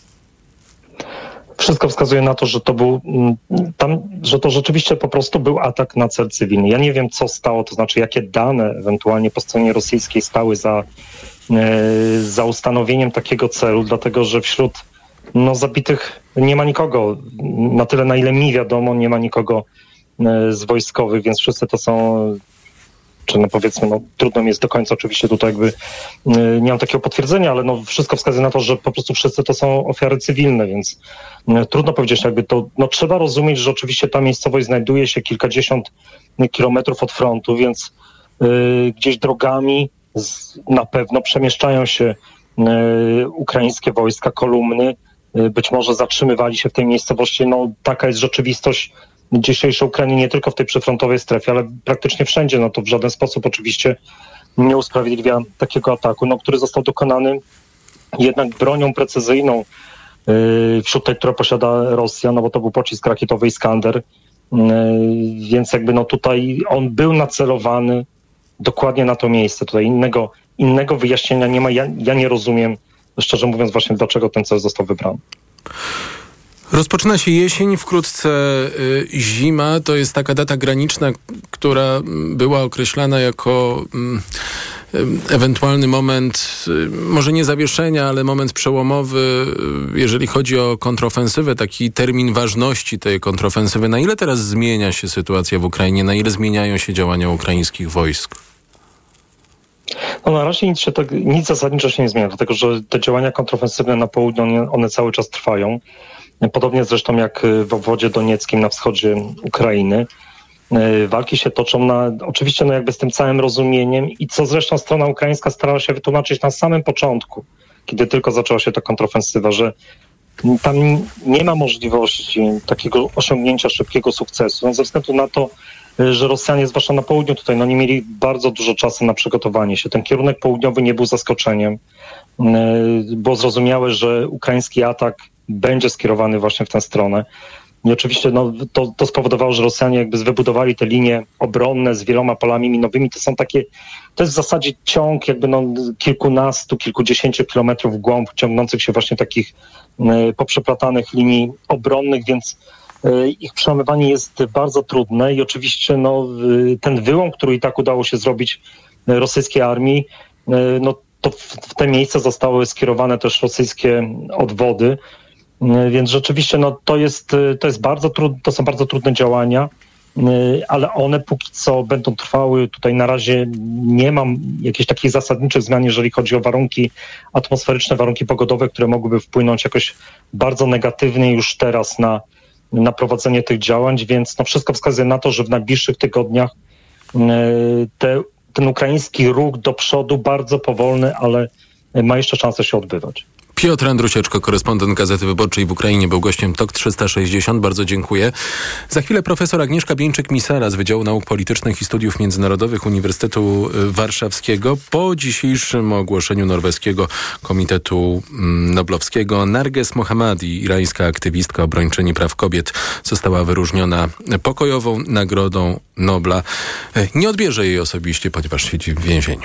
Wszystko wskazuje na to, że to był tam, że to rzeczywiście po prostu był atak na cel cywilny. Ja nie wiem, co stało, to znaczy jakie dane ewentualnie po stronie rosyjskiej stały za, za ustanowieniem takiego celu, dlatego że wśród no, zabitych nie ma nikogo. Na tyle, na ile mi wiadomo, nie ma nikogo z wojskowych, więc wszyscy to są... czy no powiedzmy, no trudno mi jest do końca oczywiście tutaj jakby, y, nie mam takiego potwierdzenia, ale no wszystko wskazuje na to, że po prostu wszyscy to są ofiary cywilne, więc y, trudno powiedzieć jakby to, no trzeba rozumieć, że oczywiście ta miejscowość znajduje się kilkadziesiąt kilometrów od frontu, więc y, gdzieś drogami z, na pewno przemieszczają się y, ukraińskie wojska, kolumny, y, być może zatrzymywali się w tej miejscowości, no taka jest rzeczywistość dzisiejszej Ukrainy, nie tylko w tej przyfrontowej strefie, ale praktycznie wszędzie. No to w żaden sposób oczywiście nie usprawiedliwia takiego ataku, no, który został dokonany jednak bronią precyzyjną yy, wśród tej, która posiada Rosja, no bo to był pocisk rakietowy Iskander, yy, więc jakby no tutaj on był nacelowany dokładnie na to miejsce. Tutaj innego, innego wyjaśnienia nie ma. Ja, ja nie rozumiem, szczerze mówiąc, właśnie dlaczego ten cel został wybrany. Rozpoczyna się jesień, wkrótce y, zima. To jest taka data graniczna, która była określana jako y, y, ewentualny moment, y, może nie zawieszenia, ale moment przełomowy, y, jeżeli chodzi o kontrofensywę, taki termin ważności tej kontrofensywy. Na ile teraz zmienia się sytuacja w Ukrainie? Na ile zmieniają się działania ukraińskich wojsk? No na razie nic, się tak, nic zasadniczo się nie zmienia, dlatego że te działania kontrofensywne na południu, one, one cały czas trwają. Podobnie zresztą jak w obwodzie donieckim na wschodzie Ukrainy. Walki się toczą na, oczywiście no jakby z tym całym rozumieniem i co zresztą strona ukraińska starała się wytłumaczyć na samym początku, kiedy tylko zaczęła się ta kontrofensywa, że tam nie ma możliwości takiego osiągnięcia szybkiego sukcesu, no ze względu na to, że Rosjanie, zwłaszcza na południu tutaj, no nie mieli bardzo dużo czasu na przygotowanie się. Ten kierunek południowy nie był zaskoczeniem. Było zrozumiałe, że ukraiński atak będzie skierowany właśnie w tę stronę. I oczywiście no, to, to spowodowało, że Rosjanie jakby wybudowali te linie obronne z wieloma polami minowymi. To są takie, to jest w zasadzie ciąg jakby no, kilkunastu, kilkudziesięciu kilometrów w głąb ciągnących się właśnie takich y, poprzeplatanych linii obronnych, więc y, ich przełamywanie jest bardzo trudne i oczywiście no, y, ten wyłom, który i tak udało się zrobić y, rosyjskiej armii, y, no to w, w te miejsca zostały skierowane też rosyjskie odwody. Więc rzeczywiście no, to, jest, to, jest bardzo trud, to są bardzo trudne działania, ale one póki co będą trwały. Tutaj na razie nie mam jakichś takich zasadniczych zmian, jeżeli chodzi o warunki atmosferyczne, warunki pogodowe, które mogłyby wpłynąć jakoś bardzo negatywnie już teraz na, na prowadzenie tych działań, więc no, wszystko wskazuje na to, że w najbliższych tygodniach te, ten ukraiński ruch do przodu bardzo powolny, ale ma jeszcze szansę się odbywać. Piotr Andrusieczko, korespondent Gazety Wyborczej w Ukrainie, był gościem Tok trzysta sześćdziesiąt. Bardzo dziękuję. Za chwilę profesor Agnieszka Bieńczyk-Misara z Wydziału Nauk Politycznych i Studiów Międzynarodowych Uniwersytetu Warszawskiego po dzisiejszym ogłoszeniu norweskiego Komitetu Noblowskiego Narges Mohammadi, irańska aktywistka, obrończyni praw kobiet, została wyróżniona pokojową Nagrodą Nobla. Nie odbierze jej osobiście, ponieważ siedzi w więzieniu.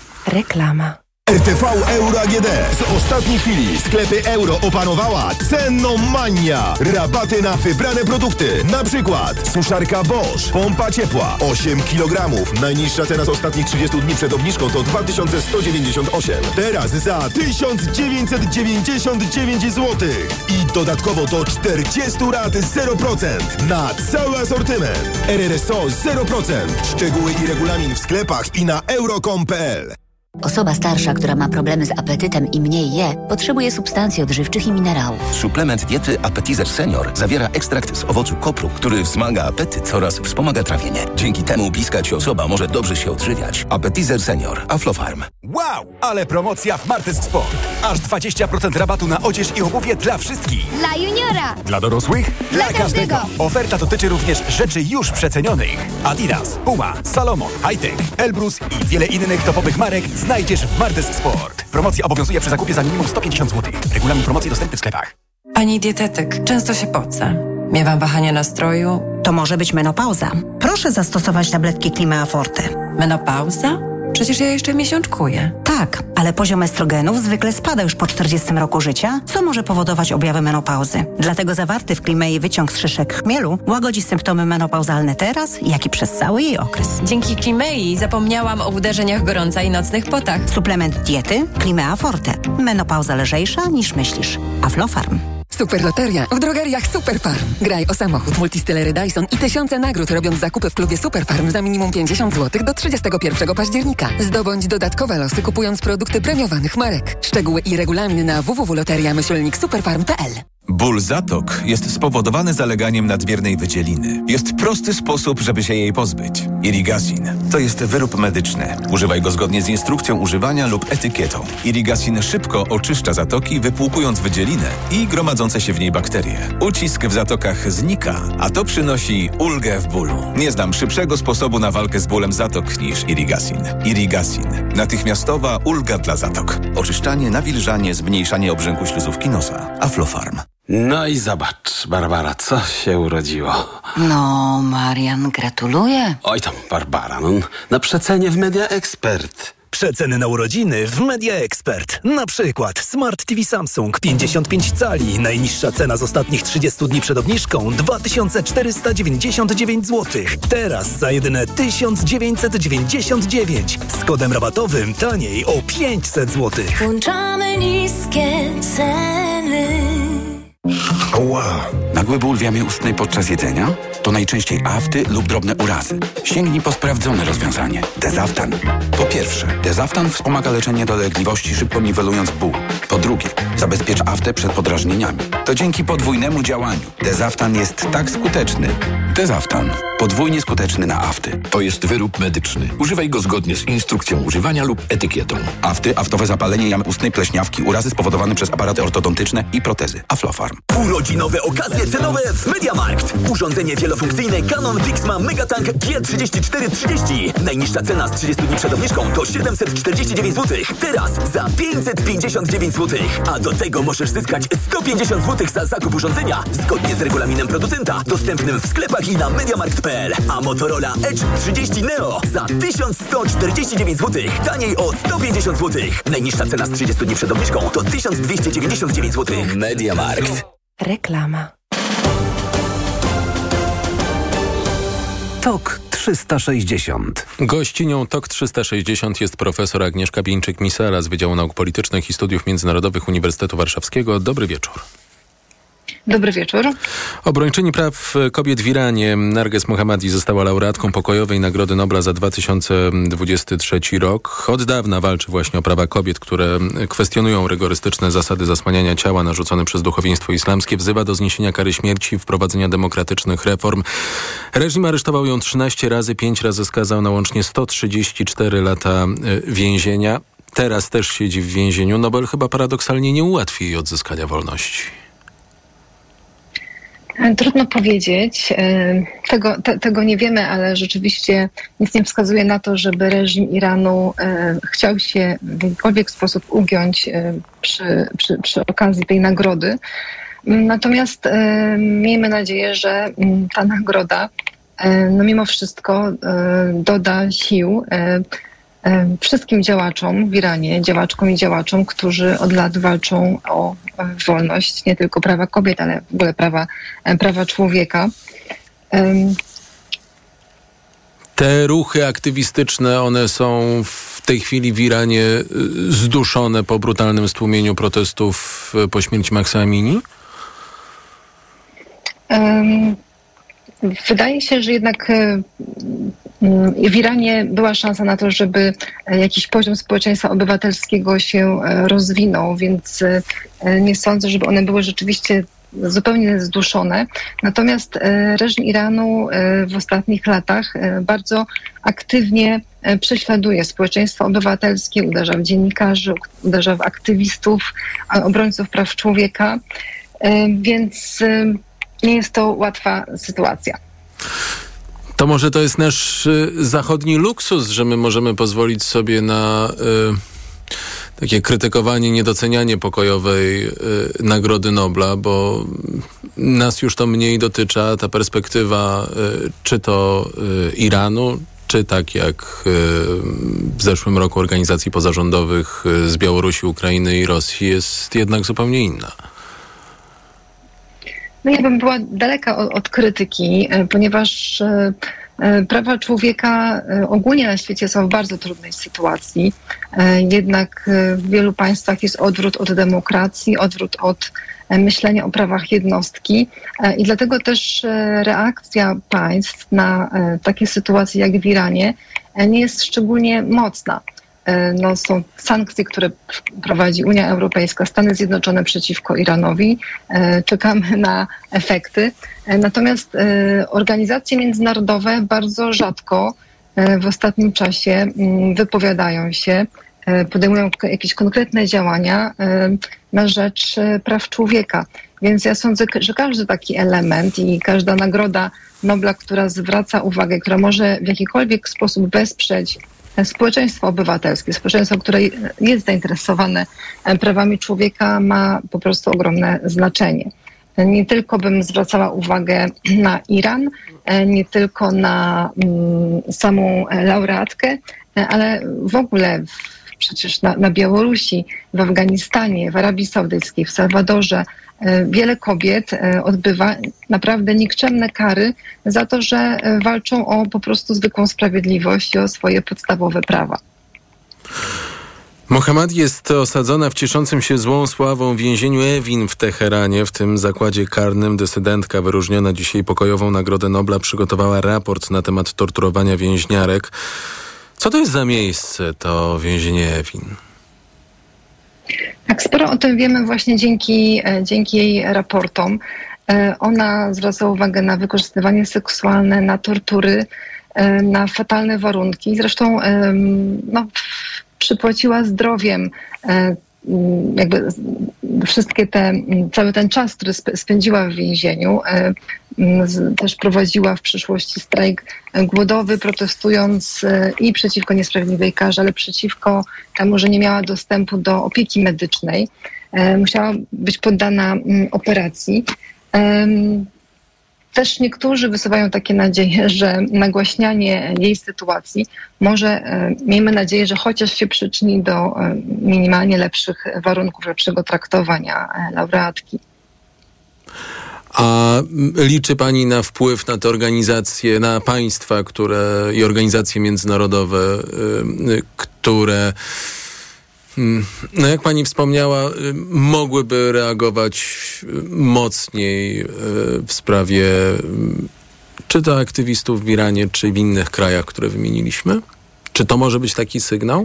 Reklama. R T V Euro A G D. Z ostatniej chwili sklepy euro opanowała cenomania. Rabaty na wybrane produkty. Na przykład suszarka Bosch, pompa ciepła, osiem kilogramów. Najniższa cena z ostatnich trzydziestu dni przed obniżką to dwa tysiące sto dziewięćdziesiąt osiem. Teraz za tysiąc dziewięćset dziewięćdziesiąt dziewięć złotych. I dodatkowo do czterdziestu rat zero procent na cały asortyment. R R S O zero procent. Szczegóły i regulamin w sklepach i na euro kropka com kropka p l. Osoba starsza, która ma problemy z apetytem i mniej je, potrzebuje substancji odżywczych i minerałów. Suplement diety Appetizer Senior zawiera ekstrakt z owocu kopru, który wzmaga apetyt oraz wspomaga trawienie. Dzięki temu bliska Ci osoba może dobrze się odżywiać. Appetizer Senior. Aflofarm. Wow! Ale promocja w Martes Sport. Aż dwadzieścia procent rabatu na odzież i obuwie dla wszystkich. Dla juniora. Dla dorosłych? Dla, dla każdego. każdego. Oferta dotyczy również rzeczy już przecenionych. Adidas, Puma, Salomon, Hightech, Elbrus i wiele innych topowych marek znajdziesz w Martes Sport. Promocja obowiązuje przy zakupie za minimum sto pięćdziesiąt złotych. Regulamin promocji dostępny w sklepach. Pani dietetyk, często się pocę. Miewam wahania nastroju. To może być menopauza. Proszę zastosować tabletki Climea Forte. Menopauza? Przecież ja jeszcze miesiączkuję. Tak, ale poziom estrogenów zwykle spada już po czterdziestym roku życia, co może powodować objawy menopauzy. Dlatego zawarty w Climei wyciąg z szyszek chmielu łagodzi symptomy menopauzalne teraz, jak i przez cały jej okres. Dzięki Climei zapomniałam o uderzeniach gorąca i nocnych potach. Suplement diety Climea Forte. Menopauza lżejsza niż myślisz. Aflofarm. Superloteria w drogeriach Superfarm. Graj o samochód, multistylery Dyson i tysiące nagród, robiąc zakupy w klubie Superfarm za minimum pięćdziesiąt złotych do trzydziestego pierwszego października. Zdobądź dodatkowe losy, kupując produkty premiowanych marek. Szczegóły i regulaminy na w w w kropka loteria myślnik superfarm kropka p l. Ból zatok jest spowodowany zaleganiem nadmiernej wydzieliny. Jest prosty sposób, żeby się jej pozbyć. Irigasin to jest wyrób medyczny. Używaj go zgodnie z instrukcją używania lub etykietą. Irigasin szybko oczyszcza zatoki, wypłukując wydzielinę i gromadzące się w niej bakterie. Ucisk w zatokach znika, a to przynosi ulgę w bólu. Nie znam szybszego sposobu na walkę z bólem zatok niż Irigasin. Irigasin. Natychmiastowa ulga dla zatok. Oczyszczanie, nawilżanie, zmniejszanie obrzęku śluzówki nosa. Aflofarm. No i zobacz, Barbara, co się urodziło. No, Marian, gratuluję. Oj tam, Barbara, no, na przecenie w Media Expert. Przeceny na urodziny w Media Expert. Na przykład Smart T V Samsung pięćdziesiąt pięć cali. Najniższa cena z ostatnich trzydziestu dni przed obniżką dwa tysiące czterysta dziewięćdziesiąt dziewięć złotych. Teraz za jedyne tysiąc dziewięćset dziewięćdziesiąt dziewięć. Z kodem rabatowym taniej o pięćset złotych. Włączamy niskie ceny. Wow. Nagły ból w jamie ustnej podczas jedzenia? To najczęściej afty lub drobne urazy. Sięgnij po sprawdzone rozwiązanie. Dezaftan. Po pierwsze, Dezaftan wspomaga leczenie dolegliwości, szybko niwelując ból. Po drugie, zabezpiecz aftę przed podrażnieniami. To dzięki podwójnemu działaniu. Dezaftan jest tak skuteczny. Dezaftan. Podwójnie skuteczny na afty. To jest wyrób medyczny. Używaj go zgodnie z instrukcją używania lub etykietą. Afty, aftowe zapalenie jamy ustnej, pleśniawki, urazy spowodowane przez aparaty ortodontyczne i protezy. Aflofarm. Urodzinowe okazje cenowe w MediaMarkt. Urządzenie wielofunkcyjne Canon Pixma Megatank G trzydzieści cztery trzydzieści. Najniższa cena z trzydziestu dni przed obniżką to siedemset czterdzieści dziewięć złotych. Teraz za pięćset pięćdziesiąt dziewięć złotych. A do tego możesz zyskać sto pięćdziesiąt złotych za zakup urządzenia zgodnie z regulaminem producenta, dostępnym w sklepach i na mediamarkt kropka p l. A Motorola Edge trzydzieści Neo za tysiąc sto czterdzieści dziewięć złotych. Taniej o sto pięćdziesiąt złotych. Najniższa cena z trzydziestu dni przed obniżką to tysiąc dwieście dziewięćdziesiąt dziewięć złotych. MediaMarkt. Reklama. Tok trzysta sześćdziesiąt. Gościnią Tok trzysta sześćdziesiąt jest profesor Agnieszka Bieńczyk-Misela z Wydziału Nauk Politycznych i Studiów Międzynarodowych Uniwersytetu Warszawskiego. Dobry wieczór. Dobry wieczór. Obrończyni praw kobiet w Iranie Narges Mohammadi została laureatką pokojowej Nagrody Nobla za dwa tysiące dwudziesty trzeci rok. Od dawna walczy właśnie o prawa kobiet, które kwestionują rygorystyczne zasady zasłaniania ciała narzucone przez duchowieństwo islamskie. Wzywa do zniesienia kary śmierci, wprowadzenia demokratycznych reform. Reżim aresztował ją trzynaście razy, pięć razy skazał na łącznie sto trzydzieści cztery lata więzienia. Teraz też siedzi w więzieniu. Nobel chyba paradoksalnie nie ułatwi jej odzyskania wolności. Trudno powiedzieć. Tego, te, tego nie wiemy, ale rzeczywiście nic nie wskazuje na to, żeby reżim Iranu e, chciał się w jakikolwiek sposób ugiąć e, przy, przy, przy okazji tej nagrody. Natomiast e, miejmy nadzieję, że m, ta nagroda e, no mimo wszystko e, doda sił e, e, wszystkim działaczom w Iranie, działaczkom i działaczom, którzy od lat walczą o wolność, nie tylko prawa kobiet, ale w ogóle prawa, prawa człowieka. Um. Te ruchy aktywistyczne, one są w tej chwili w Iranie zduszone po brutalnym stłumieniu protestów po śmierci Mahsa Amini? Um. Wydaje się, że jednak w Iranie była szansa na to, żeby jakiś poziom społeczeństwa obywatelskiego się rozwinął, więc nie sądzę, żeby one były rzeczywiście zupełnie zduszone. Natomiast reżim Iranu w ostatnich latach bardzo aktywnie prześladuje społeczeństwo obywatelskie, uderza w dziennikarzy, uderza w aktywistów, obrońców praw człowieka, więc nie jest to łatwa sytuacja. To może to jest nasz y, zachodni luksus, że my możemy pozwolić sobie na y, takie krytykowanie, niedocenianie pokojowej y, Nagrody Nobla, bo nas już to mniej dotyczy, ta perspektywa y, czy to y, Iranu, czy tak jak y, w zeszłym roku organizacji pozarządowych y, z Białorusi, Ukrainy i Rosji jest jednak zupełnie inna. No ja bym była daleka od, od krytyki, ponieważ e, e, prawa człowieka e, ogólnie na świecie są w bardzo trudnej sytuacji. E, jednak e, w wielu państwach jest odwrót od demokracji, odwrót od e, myślenia o prawach jednostki e, i dlatego też e, reakcja państw na e, takie sytuacje jak w Iranie e, nie jest szczególnie mocna. No, są sankcje, które prowadzi Unia Europejska, Stany Zjednoczone przeciwko Iranowi. Czekamy na efekty. Natomiast organizacje międzynarodowe bardzo rzadko w ostatnim czasie wypowiadają się, podejmują jakieś konkretne działania na rzecz praw człowieka. Więc ja sądzę, że każdy taki element i każda nagroda Nobla, która zwraca uwagę, która może w jakikolwiek sposób wesprzeć społeczeństwo obywatelskie, społeczeństwo, które jest zainteresowane prawami człowieka, ma po prostu ogromne znaczenie. Nie tylko bym zwracała uwagę na Iran, nie tylko na mm, samą laureatkę, ale w ogóle w, przecież na, na Białorusi, w Afganistanie, w Arabii Saudyjskiej, w Salwadorze wiele kobiet odbywa naprawdę nikczemne kary za to, że walczą o po prostu zwykłą sprawiedliwość i o swoje podstawowe prawa. Mohammadi jest osadzona w cieszącym się złą sławą więzieniu Evin w Teheranie, w tym zakładzie karnym. Dysydentka wyróżniona dzisiaj pokojową Nagrodę Nobla przygotowała raport na temat torturowania więźniarek. Co to jest za miejsce, to więzienie Evin? Tak, sporo o tym wiemy właśnie dzięki, dzięki jej raportom. Ona zwraca uwagę na wykorzystywanie seksualne, na tortury, na fatalne warunki. Zresztą no, przypłaciła zdrowiem jakby wszystkie te, cały ten czas, który spędziła w więzieniu. Też prowadziła w przyszłości strajk głodowy, protestując i przeciwko niesprawiedliwej karze, ale przeciwko temu, że nie miała dostępu do opieki medycznej. Musiała być poddana operacji. Też niektórzy wysuwają takie nadzieje, że nagłaśnianie jej sytuacji może, miejmy nadzieję, że chociaż się przyczyni do minimalnie lepszych warunków, lepszego traktowania laureatki. A liczy pani na wpływ na te organizacje, na państwa, które i organizacje międzynarodowe, które, no jak pani wspomniała, mogłyby reagować mocniej w sprawie czy to aktywistów w Iranie, czy w innych krajach, które wymieniliśmy? Czy to może być taki sygnał?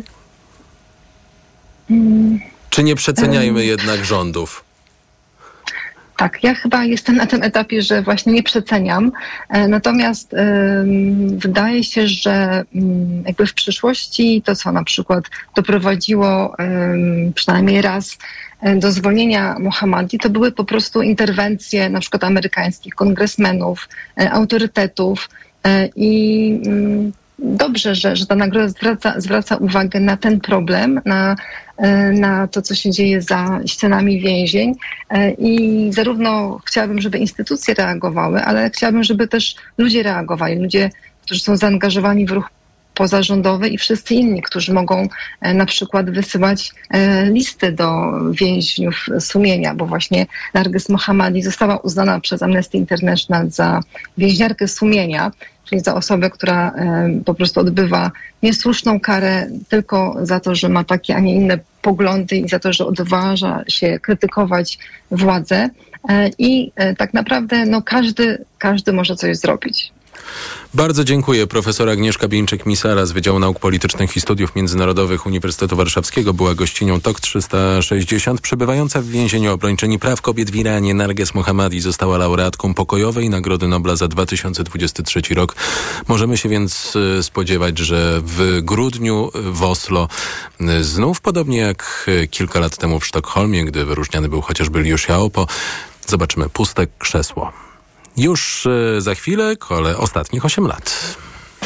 Hmm. Czy nie przeceniajmy jednak rządów? Tak, ja chyba jestem na tym etapie, że właśnie nie przeceniam. Natomiast ym, wydaje się, że ym, jakby w przyszłości to, co na przykład doprowadziło ym, przynajmniej raz do zwolnienia Mohammadi, to były po prostu interwencje na przykład amerykańskich kongresmenów, autorytetów i ym, dobrze, że, że ta nagroda zwraca, zwraca uwagę na ten problem, na, na to, co się dzieje za ścianami więzień i zarówno chciałabym, żeby instytucje reagowały, ale chciałabym, żeby też ludzie reagowali, ludzie, którzy są zaangażowani w ruch pozarządowy i wszyscy inni, którzy mogą na przykład wysyłać listy do więźniów sumienia, bo właśnie Narges Mohammadi została uznana przez Amnesty International za więźniarkę sumienia, czyli za osobę, która po prostu odbywa niesłuszną karę tylko za to, że ma takie, a nie inne poglądy i za to, że odważa się krytykować władzę. I tak naprawdę no, każdy, każdy może coś zrobić. Bardzo dziękuję. Profesor Agnieszka Bieńczyk-Misara z Wydziału Nauk Politycznych i Studiów Międzynarodowych Uniwersytetu Warszawskiego była gościnią T O K trzysta sześćdziesiąt. Przebywająca w więzieniu obrończyni praw kobiet w Iranie Narges Mohammadi została laureatką pokojowej Nagrody Nobla za dwa tysiące dwudziesty trzeci rok. Możemy się więc spodziewać, że w grudniu w Oslo znów, podobnie jak kilka lat temu w Sztokholmie, gdy wyróżniany był chociażby Liu Xiaobo, zobaczymy puste krzesło. Już za chwilę kole ostatnich osiem lat.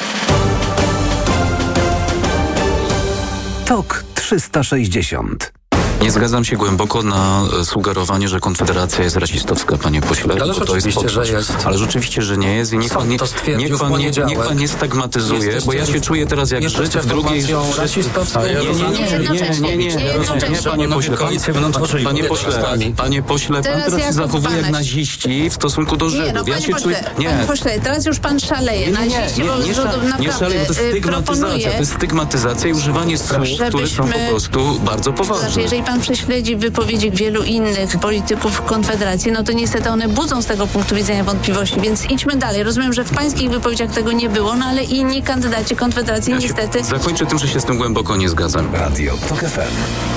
T O K trzysta sześćdziesiąt. Nie zgadzam się głęboko na sugerowanie, że Konfederacja jest rasistowska, panie pośle. Ale to rzeczywiście, jest że jest. Ale rzeczywiście, że nie jest i niech pan nie, niech pan nie, niech pan nie stygmatyzuje, bo ja się czuję teraz jak Żyd w drugiej... rasistowską. Nie, nie, nie, nie, nie, nie, panie pośle, panie pośle, panie pośle, pan teraz się zachowuje jak naziści w stosunku do Żydów. Ja się czuję... Nie, panie pośle, teraz już pan szaleje. Naziści, bo Żydów naprawdę nie szaleję, to jest stygmatyzacja, to jest stygmatyzacja i używanie słów, które są po prostu bardzo poważne. Pan prześledzi wypowiedzi wielu innych polityków Konfederacji, no to niestety one budzą z tego punktu widzenia wątpliwości, więc idźmy dalej. Rozumiem, że w pańskich wypowiedziach tego nie było, no ale inni kandydaci Konfederacji ja niestety... Zakończę tym, że się z tym głęboko nie zgadzam. Radio T O K F M.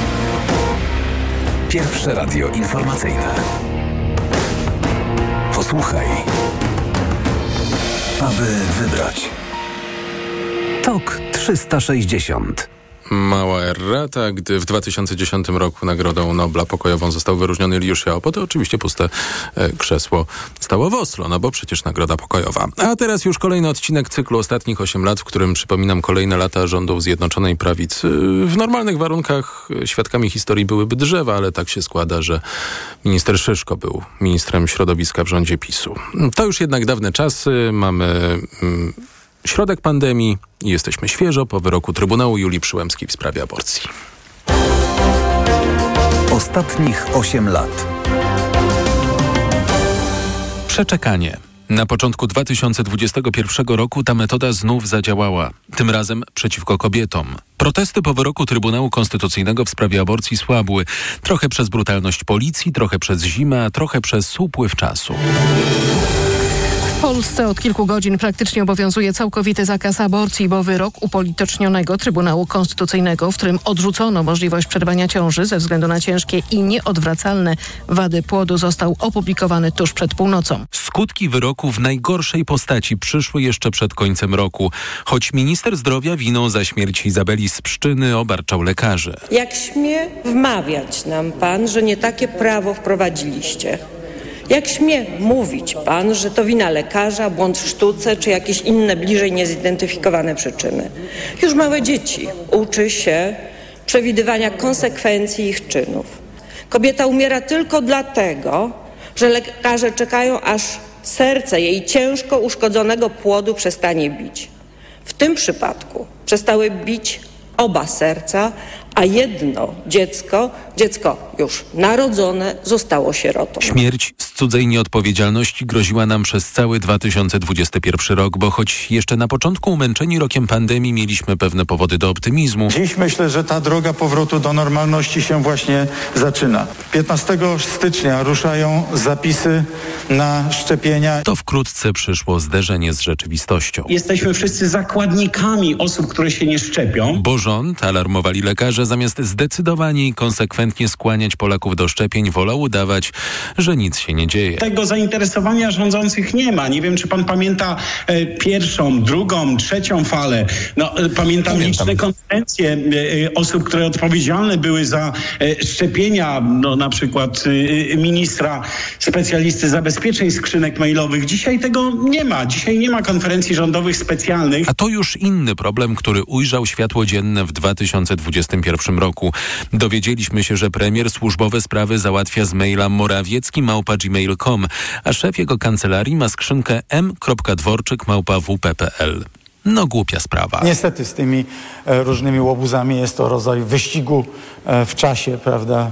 Pierwsze radio informacyjne. Posłuchaj, aby wybrać. T O K trzysta sześćdziesiąt. Mała errata, gdy w dwa tysiące dziesiątym roku Nagrodą Nobla pokojową został wyróżniony Liu Xiaobo, to oczywiście puste e, krzesło stało w Oslo, no bo przecież Nagroda Pokojowa. A teraz już kolejny odcinek cyklu Ostatnich osiem lat, w którym przypominam kolejne lata rządów Zjednoczonej Prawicy. W normalnych warunkach świadkami historii byłyby drzewa, ale tak się składa, że minister Szyszko był ministrem środowiska w rządzie PiSu. To już jednak dawne czasy, mamy... Mm, środek pandemii i jesteśmy świeżo po wyroku Trybunału Julii Przyłębskiej w sprawie aborcji. Ostatnich osiem lat. Przeczekanie. Na początku dwa tysiące dwudziestego pierwszego roku ta metoda znów zadziałała. Tym razem przeciwko kobietom. Protesty po wyroku Trybunału Konstytucyjnego w sprawie aborcji słabły. Trochę przez brutalność policji, trochę przez zimę, a trochę przez upływ czasu. Polsce od kilku godzin praktycznie obowiązuje całkowity zakaz aborcji, bo wyrok upolitycznionego Trybunału Konstytucyjnego, w którym odrzucono możliwość przerwania ciąży ze względu na ciężkie i nieodwracalne wady płodu, został opublikowany tuż przed północą. Skutki wyroku w najgorszej postaci przyszły jeszcze przed końcem roku, choć minister zdrowia winą za śmierć Izabeli z Pszczyny obarczał lekarzy. Jak śmie wmawiać nam pan, że nie takie prawo wprowadziliście? Jak śmie mówić pan, że to wina lekarza, błąd w sztuce czy jakieś inne bliżej niezidentyfikowane przyczyny? Już małe dzieci uczy się przewidywania konsekwencji ich czynów. Kobieta umiera tylko dlatego, że lekarze czekają, aż serce jej ciężko uszkodzonego płodu przestanie bić. W tym przypadku przestały bić oba serca, a jedno dziecko, dziecko już narodzone, zostało sierotą. Śmierć z cudzej nieodpowiedzialności groziła nam przez cały dwa tysiące dwudziesty pierwszy rok, bo choć jeszcze na początku umęczeni rokiem pandemii mieliśmy pewne powody do optymizmu. Dziś myślę, że ta droga powrotu do normalności się właśnie zaczyna. piętnastego stycznia ruszają zapisy na szczepienia. To wkrótce przyszło zderzenie z rzeczywistością. Jesteśmy wszyscy zakładnikami osób, które się nie szczepią. Bo rząd, alarmowali lekarze, zamiast zdecydowanie i konsekwentnie skłaniać Polaków do szczepień, wolał udawać, że nic się nie dzieje. Tego zainteresowania rządzących nie ma. Nie wiem, czy pan pamięta e, pierwszą, drugą, trzecią falę. No, e, pamiętam, pamiętam liczne konferencje e, osób, które odpowiedzialne były za e, szczepienia, no na przykład e, ministra, specjalisty zabezpieczeń skrzynek mailowych. Dzisiaj tego nie ma. Dzisiaj nie ma konferencji rządowych specjalnych. A to już inny problem, który ujrzał światło dzienne w dwa tysiące dwudziestym pierwszym roku. Dowiedzieliśmy się, że premier służbowe sprawy załatwia z maila morawiecki małpa gmail kropka com, a szef jego kancelarii ma skrzynkę m kropka dworczyk małpa w p kropka p l. No głupia sprawa. Niestety z tymi e, różnymi łobuzami jest to rodzaj wyścigu e, w czasie, prawda?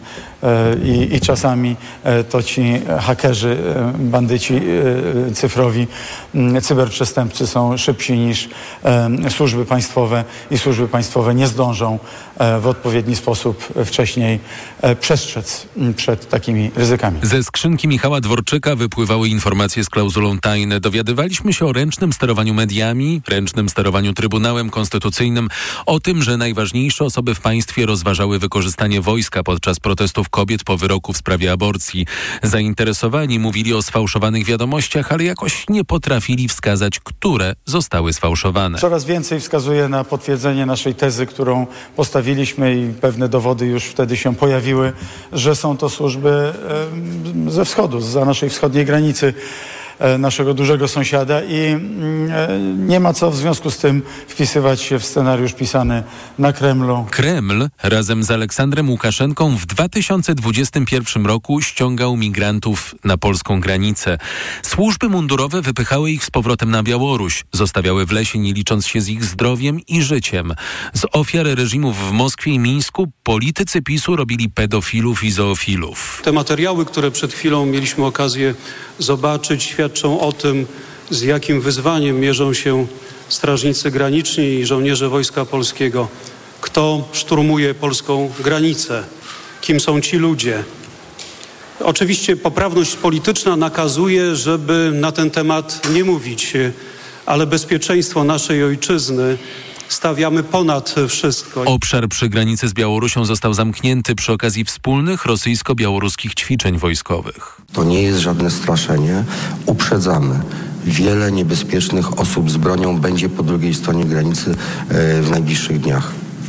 E, i, I czasami e, to ci hakerzy, e, bandyci e, cyfrowi, e, cyberprzestępcy są szybsi niż e, służby państwowe i służby państwowe nie zdążą e, w odpowiedni sposób wcześniej e, przestrzec przed takimi ryzykami. Ze skrzynki Michała Dworczyka wypływały informacje z klauzulą tajne. Dowiadywaliśmy się o ręcznym sterowaniu mediami, ręcznym sterowaniu Trybunałem Konstytucyjnym, o tym, że najważniejsze osoby w państwie rozważały wykorzystanie wojska podczas protestów kobiet po wyroku w sprawie aborcji. Zainteresowani mówili o sfałszowanych wiadomościach, ale jakoś nie potrafili wskazać, które zostały sfałszowane. Coraz więcej wskazuje na potwierdzenie naszej tezy, którą postawiliśmy i pewne dowody już wtedy się pojawiły, że są to służby ze wschodu, zza naszej wschodniej granicy, naszego dużego sąsiada i nie ma co w związku z tym wpisywać się w scenariusz pisany na Kremlu. Kreml razem z Aleksandrem Łukaszenką w dwa tysiące dwudziestym pierwszym roku ściągał migrantów na polską granicę. Służby mundurowe wypychały ich z powrotem na Białoruś. Zostawiały w lesie, nie licząc się z ich zdrowiem i życiem. Z ofiar reżimów w Moskwie i Mińsku politycy PiSu robili pedofilów i zoofilów. Te materiały, które przed chwilą mieliśmy okazję zobaczyć, świadczą o tym, z jakim wyzwaniem mierzą się strażnicy graniczni i żołnierze Wojska Polskiego. Kto szturmuje polską granicę? Kim są ci ludzie? Oczywiście poprawność polityczna nakazuje, żeby na ten temat nie mówić, ale bezpieczeństwo naszej ojczyzny stawiamy ponad wszystko. Obszar przy granicy z Białorusią został zamknięty przy okazji wspólnych rosyjsko-białoruskich ćwiczeń wojskowych. To nie jest żadne straszenie. Uprzedzamy. Wiele niebezpiecznych osób z bronią będzie po drugiej stronie granicy w najbliższych dniach.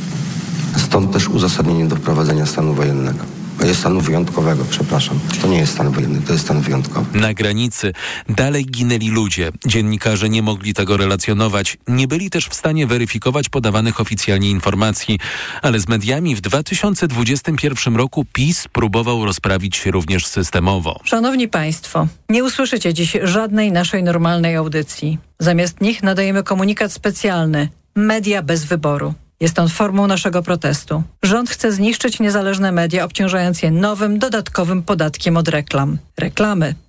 Stąd też uzasadnienie do wprowadzenia stanu wojennego. Jest stanu wyjątkowego, przepraszam. To nie jest stan wojenny, to jest stan wyjątkowy. Na granicy dalej ginęli ludzie. Dziennikarze nie mogli tego relacjonować. Nie byli też w stanie weryfikować podawanych oficjalnie informacji. Ale z mediami w dwa tysiące dwudziestym pierwszym roku PiS próbował rozprawić się również systemowo. Szanowni Państwo, nie usłyszycie dziś żadnej naszej normalnej audycji. Zamiast nich nadajemy komunikat specjalny. Media bez wyboru. Jest on formą naszego protestu. Rząd chce zniszczyć niezależne media, obciążając je nowym, dodatkowym podatkiem od reklam. Reklamy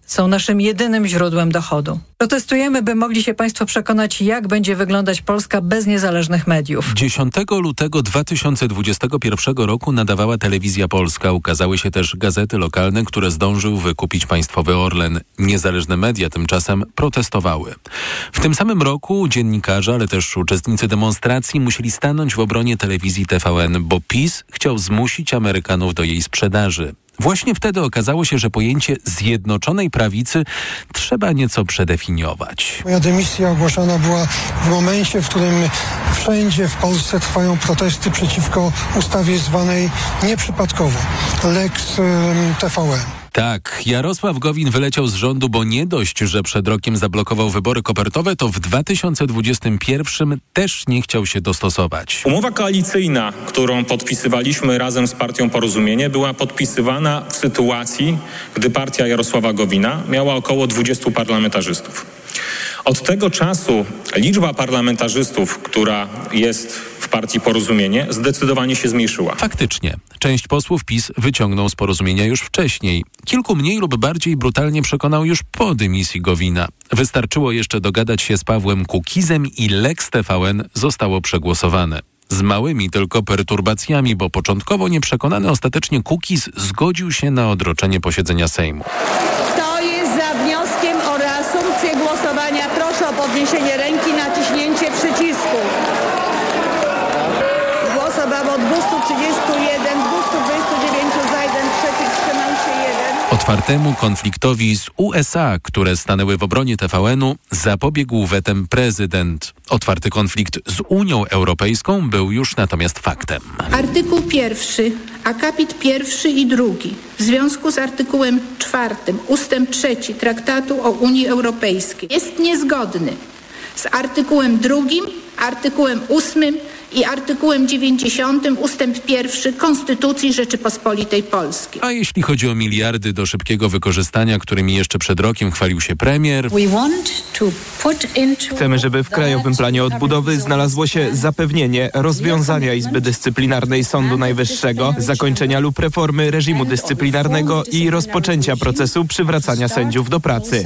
Są naszym jedynym źródłem dochodu. Protestujemy, by mogli się Państwo przekonać, jak będzie wyglądać Polska bez niezależnych mediów. dziesiątego lutego dwa tysiące dwudziestego pierwszego roku nadawała Telewizja Polska. Ukazały się też gazety lokalne, które zdążył wykupić państwowy Orlen. Niezależne media tymczasem protestowały. W tym samym roku dziennikarze, ale też uczestnicy demonstracji musieli stanąć w obronie telewizji T V N, bo PiS chciał zmusić Amerykanów do jej sprzedaży. Właśnie wtedy okazało się, że pojęcie Zjednoczonej Prawicy trzeba nieco przedefiniować. Moja dymisja ogłaszana była w momencie, w którym wszędzie w Polsce trwają protesty przeciwko ustawie zwanej nieprzypadkowo Lex T V N. Tak, Jarosław Gowin wyleciał z rządu, bo nie dość, że przed rokiem zablokował wybory kopertowe, to w dwa tysiące dwudziestym pierwszym też nie chciał się dostosować. Umowa koalicyjna, którą podpisywaliśmy razem z partią Porozumienie, była podpisywana w sytuacji, gdy partia Jarosława Gowina miała około dwudziestu parlamentarzystów. Od tego czasu liczba parlamentarzystów, która jest w partii Porozumienie, zdecydowanie się zmniejszyła. Faktycznie. Część posłów PiS wyciągnął z Porozumienia już wcześniej. Kilku mniej lub bardziej brutalnie przekonał już po dymisji Gowina. Wystarczyło jeszcze dogadać się z Pawłem Kukizem i Lex T V N zostało przegłosowane. Z małymi tylko perturbacjami, bo początkowo nieprzekonany ostatecznie Kukiz zgodził się na odroczenie posiedzenia Sejmu. Kto jest za wnioskiem o reasumpcję głosowania? Proszę o podniesienie ręki, naciśnięcie przycisku. Głosowało dwieście trzydzieści jeden, dwieście dwadzieścia dziewięć za, jeden przeciw, wstrzymał się jeden. Otwartemu konfliktowi z U S A, które stanęły w obronie T V N-u, zapobiegł wetem prezydent. Otwarty konflikt z Unią Europejską był już natomiast faktem. Artykuł pierwszy, akapit pierwszy i drugi w związku z artykułem czwartym ustęp trzeci Traktatu o Unii Europejskiej jest niezgodny z artykułem drugim, artykułem ósmym i artykułem dziewięćdziesiątym ustęp pierwszy Konstytucji Rzeczypospolitej Polskiej. A jeśli chodzi o miliardy do szybkiego wykorzystania, którymi jeszcze przed rokiem chwalił się premier... Chcemy, żeby w Krajowym Planie Odbudowy znalazło się zapewnienie rozwiązania Izby Dyscyplinarnej Sądu Najwyższego, zakończenia lub reformy reżimu dyscyplinarnego i rozpoczęcia procesu przywracania sędziów do pracy.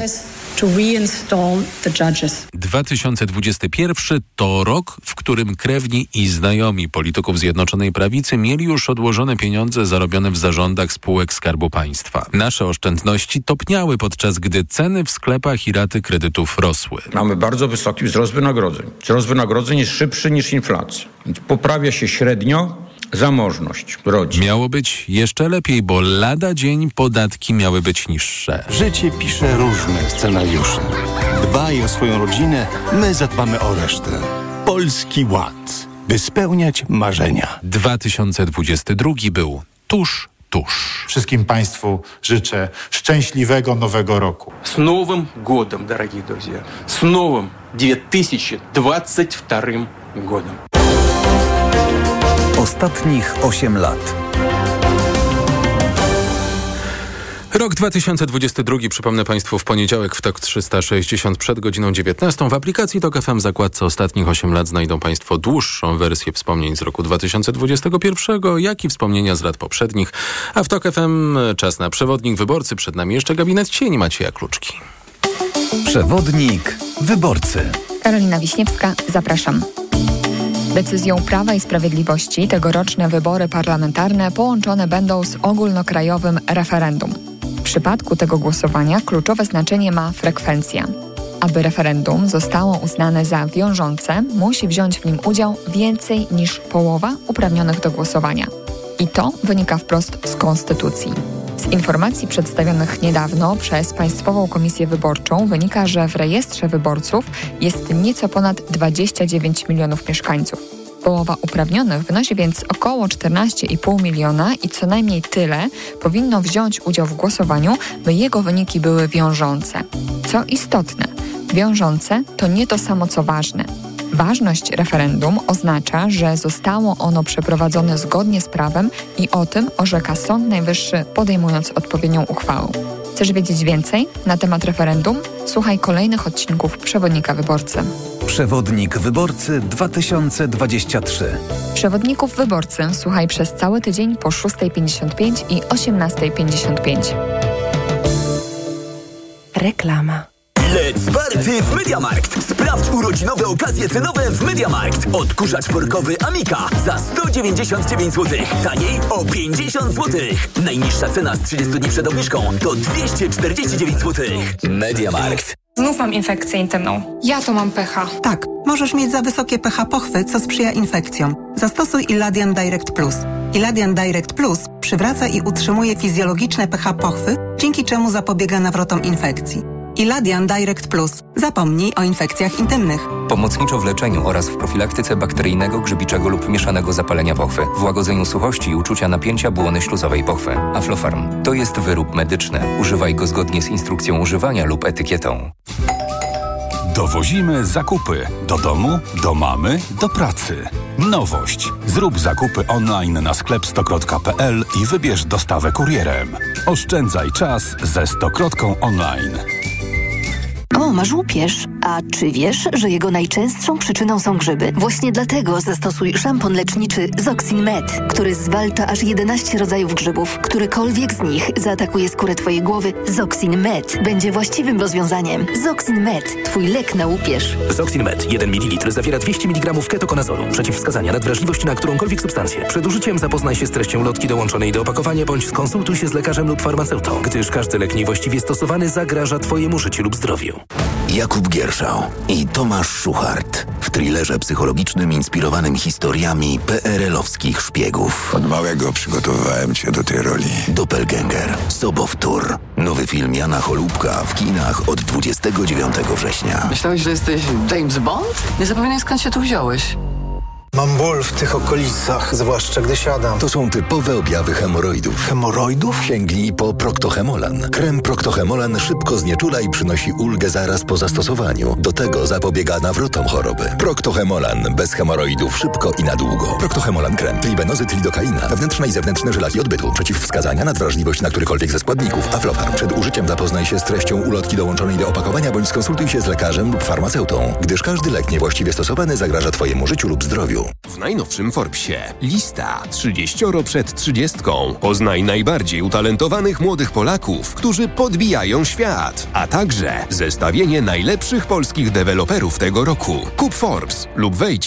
dwa tysiące dwudziesty pierwszy to rok, w którym krewni i znajomi polityków Zjednoczonej Prawicy mieli już odłożone pieniądze zarobione w zarządach spółek Skarbu Państwa. Nasze oszczędności topniały, podczas gdy ceny w sklepach i raty kredytów rosły. Mamy bardzo wysoki wzrost wynagrodzeń. Wzrost wynagrodzeń jest szybszy niż inflacja. Więc poprawia się średnio zamożność rodzin. Miało być jeszcze lepiej, bo lada dzień podatki miały być niższe. Życie pisze różne scenariusze. Dbaj o swoją rodzinę, my zadbamy o resztę. Polski Ład, by spełniać marzenia. dwa tysiące dwudziesty drugi był tuż, tuż. Wszystkim Państwu życzę szczęśliwego nowego roku. Z Nowym Godem, drodzy друзья. Z nowym dwa tysiące dwudziestym drugim godem. Ostatnich osiem lat. Rok dwa tysiące dwudziesty drugi, przypomnę Państwu, w poniedziałek w TOK trzysta sześćdziesiąt przed godziną dziewiętnastą. W aplikacji TOK F M w zakładce Ostatnich osiem lat znajdą Państwo dłuższą wersję wspomnień z roku dwa tysiące dwudziestego pierwszego, jak i wspomnienia z lat poprzednich. A w TOK F M czas na przewodnik wyborcy. Przed nami jeszcze gabinet cieni. Macieja Kluczki. Przewodnik wyborcy. Karolina Wiśniewska, zapraszam. Decyzją Prawa i Sprawiedliwości tegoroczne wybory parlamentarne połączone będą z ogólnokrajowym referendum. W przypadku tego głosowania kluczowe znaczenie ma frekwencja. Aby referendum zostało uznane za wiążące, musi wziąć w nim udział więcej niż połowa uprawnionych do głosowania. I to wynika wprost z Konstytucji. Z informacji przedstawionych niedawno przez Państwową Komisję Wyborczą wynika, że w rejestrze wyborców jest nieco ponad dwadzieścia dziewięć milionów mieszkańców. Połowa uprawnionych wynosi więc około czternaście i pół miliona i co najmniej tyle powinno wziąć udział w głosowaniu, by jego wyniki były wiążące. Co istotne, wiążące to nie to samo co ważne. Ważność referendum oznacza, że zostało ono przeprowadzone zgodnie z prawem i o tym orzeka Sąd Najwyższy, podejmując odpowiednią uchwałę. Chcesz wiedzieć więcej na temat referendum? Słuchaj kolejnych odcinków Przewodnika Wyborcy. Przewodnik Wyborcy dwa tysiące dwudziesty trzeci. Przewodników Wyborcy słuchaj przez cały tydzień po szósta pięćdziesiąt pięć i osiemnasta pięćdziesiąt pięć. Reklama. Let's party w MediaMarkt! Sprawdź urodzinowe okazje cenowe w MediaMarkt. Odkurzacz workowy Amika za sto dziewięćdziesiąt dziewięć złotych. Taniej o pięćdziesiąt złotych. Najniższa cena z trzydziestu dni przed obniżką to dwieście czterdzieści dziewięć złotych. MediaMarkt. Znów mam infekcję intymną. Ja to mam pH. Tak, możesz mieć za wysokie pH pochwy, co sprzyja infekcjom. Zastosuj Iladian Direct Plus. Iladian Direct Plus przywraca i utrzymuje fizjologiczne pH pochwy, dzięki czemu zapobiega nawrotom infekcji. Iladian Direct Plus. Zapomnij o infekcjach intymnych. Pomocniczo w leczeniu oraz w profilaktyce bakteryjnego, grzybiczego lub mieszanego zapalenia pochwy, w łagodzeniu suchości i uczucia napięcia błony śluzowej pochwy. Aflofarm to jest wyrób medyczny. Używaj go zgodnie z instrukcją używania lub etykietą. Dowozimy zakupy do domu, do mamy, do pracy. Nowość. Zrób zakupy online na sklep stokrotka kropka p l i wybierz dostawę kurierem. Oszczędzaj czas ze Stokrotką online. O, masz łupież. A czy wiesz, że jego najczęstszą przyczyną są grzyby? Właśnie dlatego zastosuj szampon leczniczy Zoxin Med, który zwalcza aż jedenaście rodzajów grzybów. Którykolwiek z nich zaatakuje skórę twojej głowy, Zoxin Med będzie właściwym rozwiązaniem. Zoxin Med, twój lek na łupież. Zoxin Med, jeden mililitr zawiera dwieście miligramów ketokonazolu. Przeciwwskazania na wrażliwość na którąkolwiek substancję. Przed użyciem zapoznaj się z treścią lotki dołączonej do opakowania bądź skonsultuj się z lekarzem lub farmaceutą, gdyż każdy lek niewłaściwie stosowany zagraża twojemu życiu lub zdrowiu. Jakub Gierszał i Tomasz Szuchart w thrillerze psychologicznym inspirowanym historiami pe er elowskich szpiegów. Od małego przygotowywałem cię do tej roli. Doppelgänger, Sobowtór. Nowy film Jana Cholubka w kinach od dwudziestego dziewiątego września. Myślałeś, że jesteś James Bond? Nie zapominaj, skąd się tu wziąłeś. Mam ból w tych okolicach, zwłaszcza gdy siadam. To są typowe objawy hemoroidów. Hemoroidów? Sięgnij po Proctohemolan. Krem Proctohemolan szybko znieczula i przynosi ulgę zaraz po zastosowaniu. Do tego zapobiega nawrotom choroby. Proctohemolan. Bez hemoroidów szybko i na długo. Proctohemolan krem. Tribenozyt, lidokaina. Wewnętrzne i zewnętrzne żylaki odbytu. Przeciwwskazania na wrażliwość na którykolwiek ze składników. Aflofarm. Przed użyciem zapoznaj się z treścią ulotki dołączonej do opakowania bądź skonsultuj się z lekarzem lub farmaceutą, gdyż każdy lek niewłaściwie stosowany zagraża twojemu życiu lub zdrowiu. W najnowszym Forbesie lista trzydziestoro przed trzydziestką. Poznaj najbardziej utalentowanych młodych Polaków, którzy podbijają świat, a także zestawienie najlepszych polskich deweloperów tego roku. Kup Forbes lub wejdź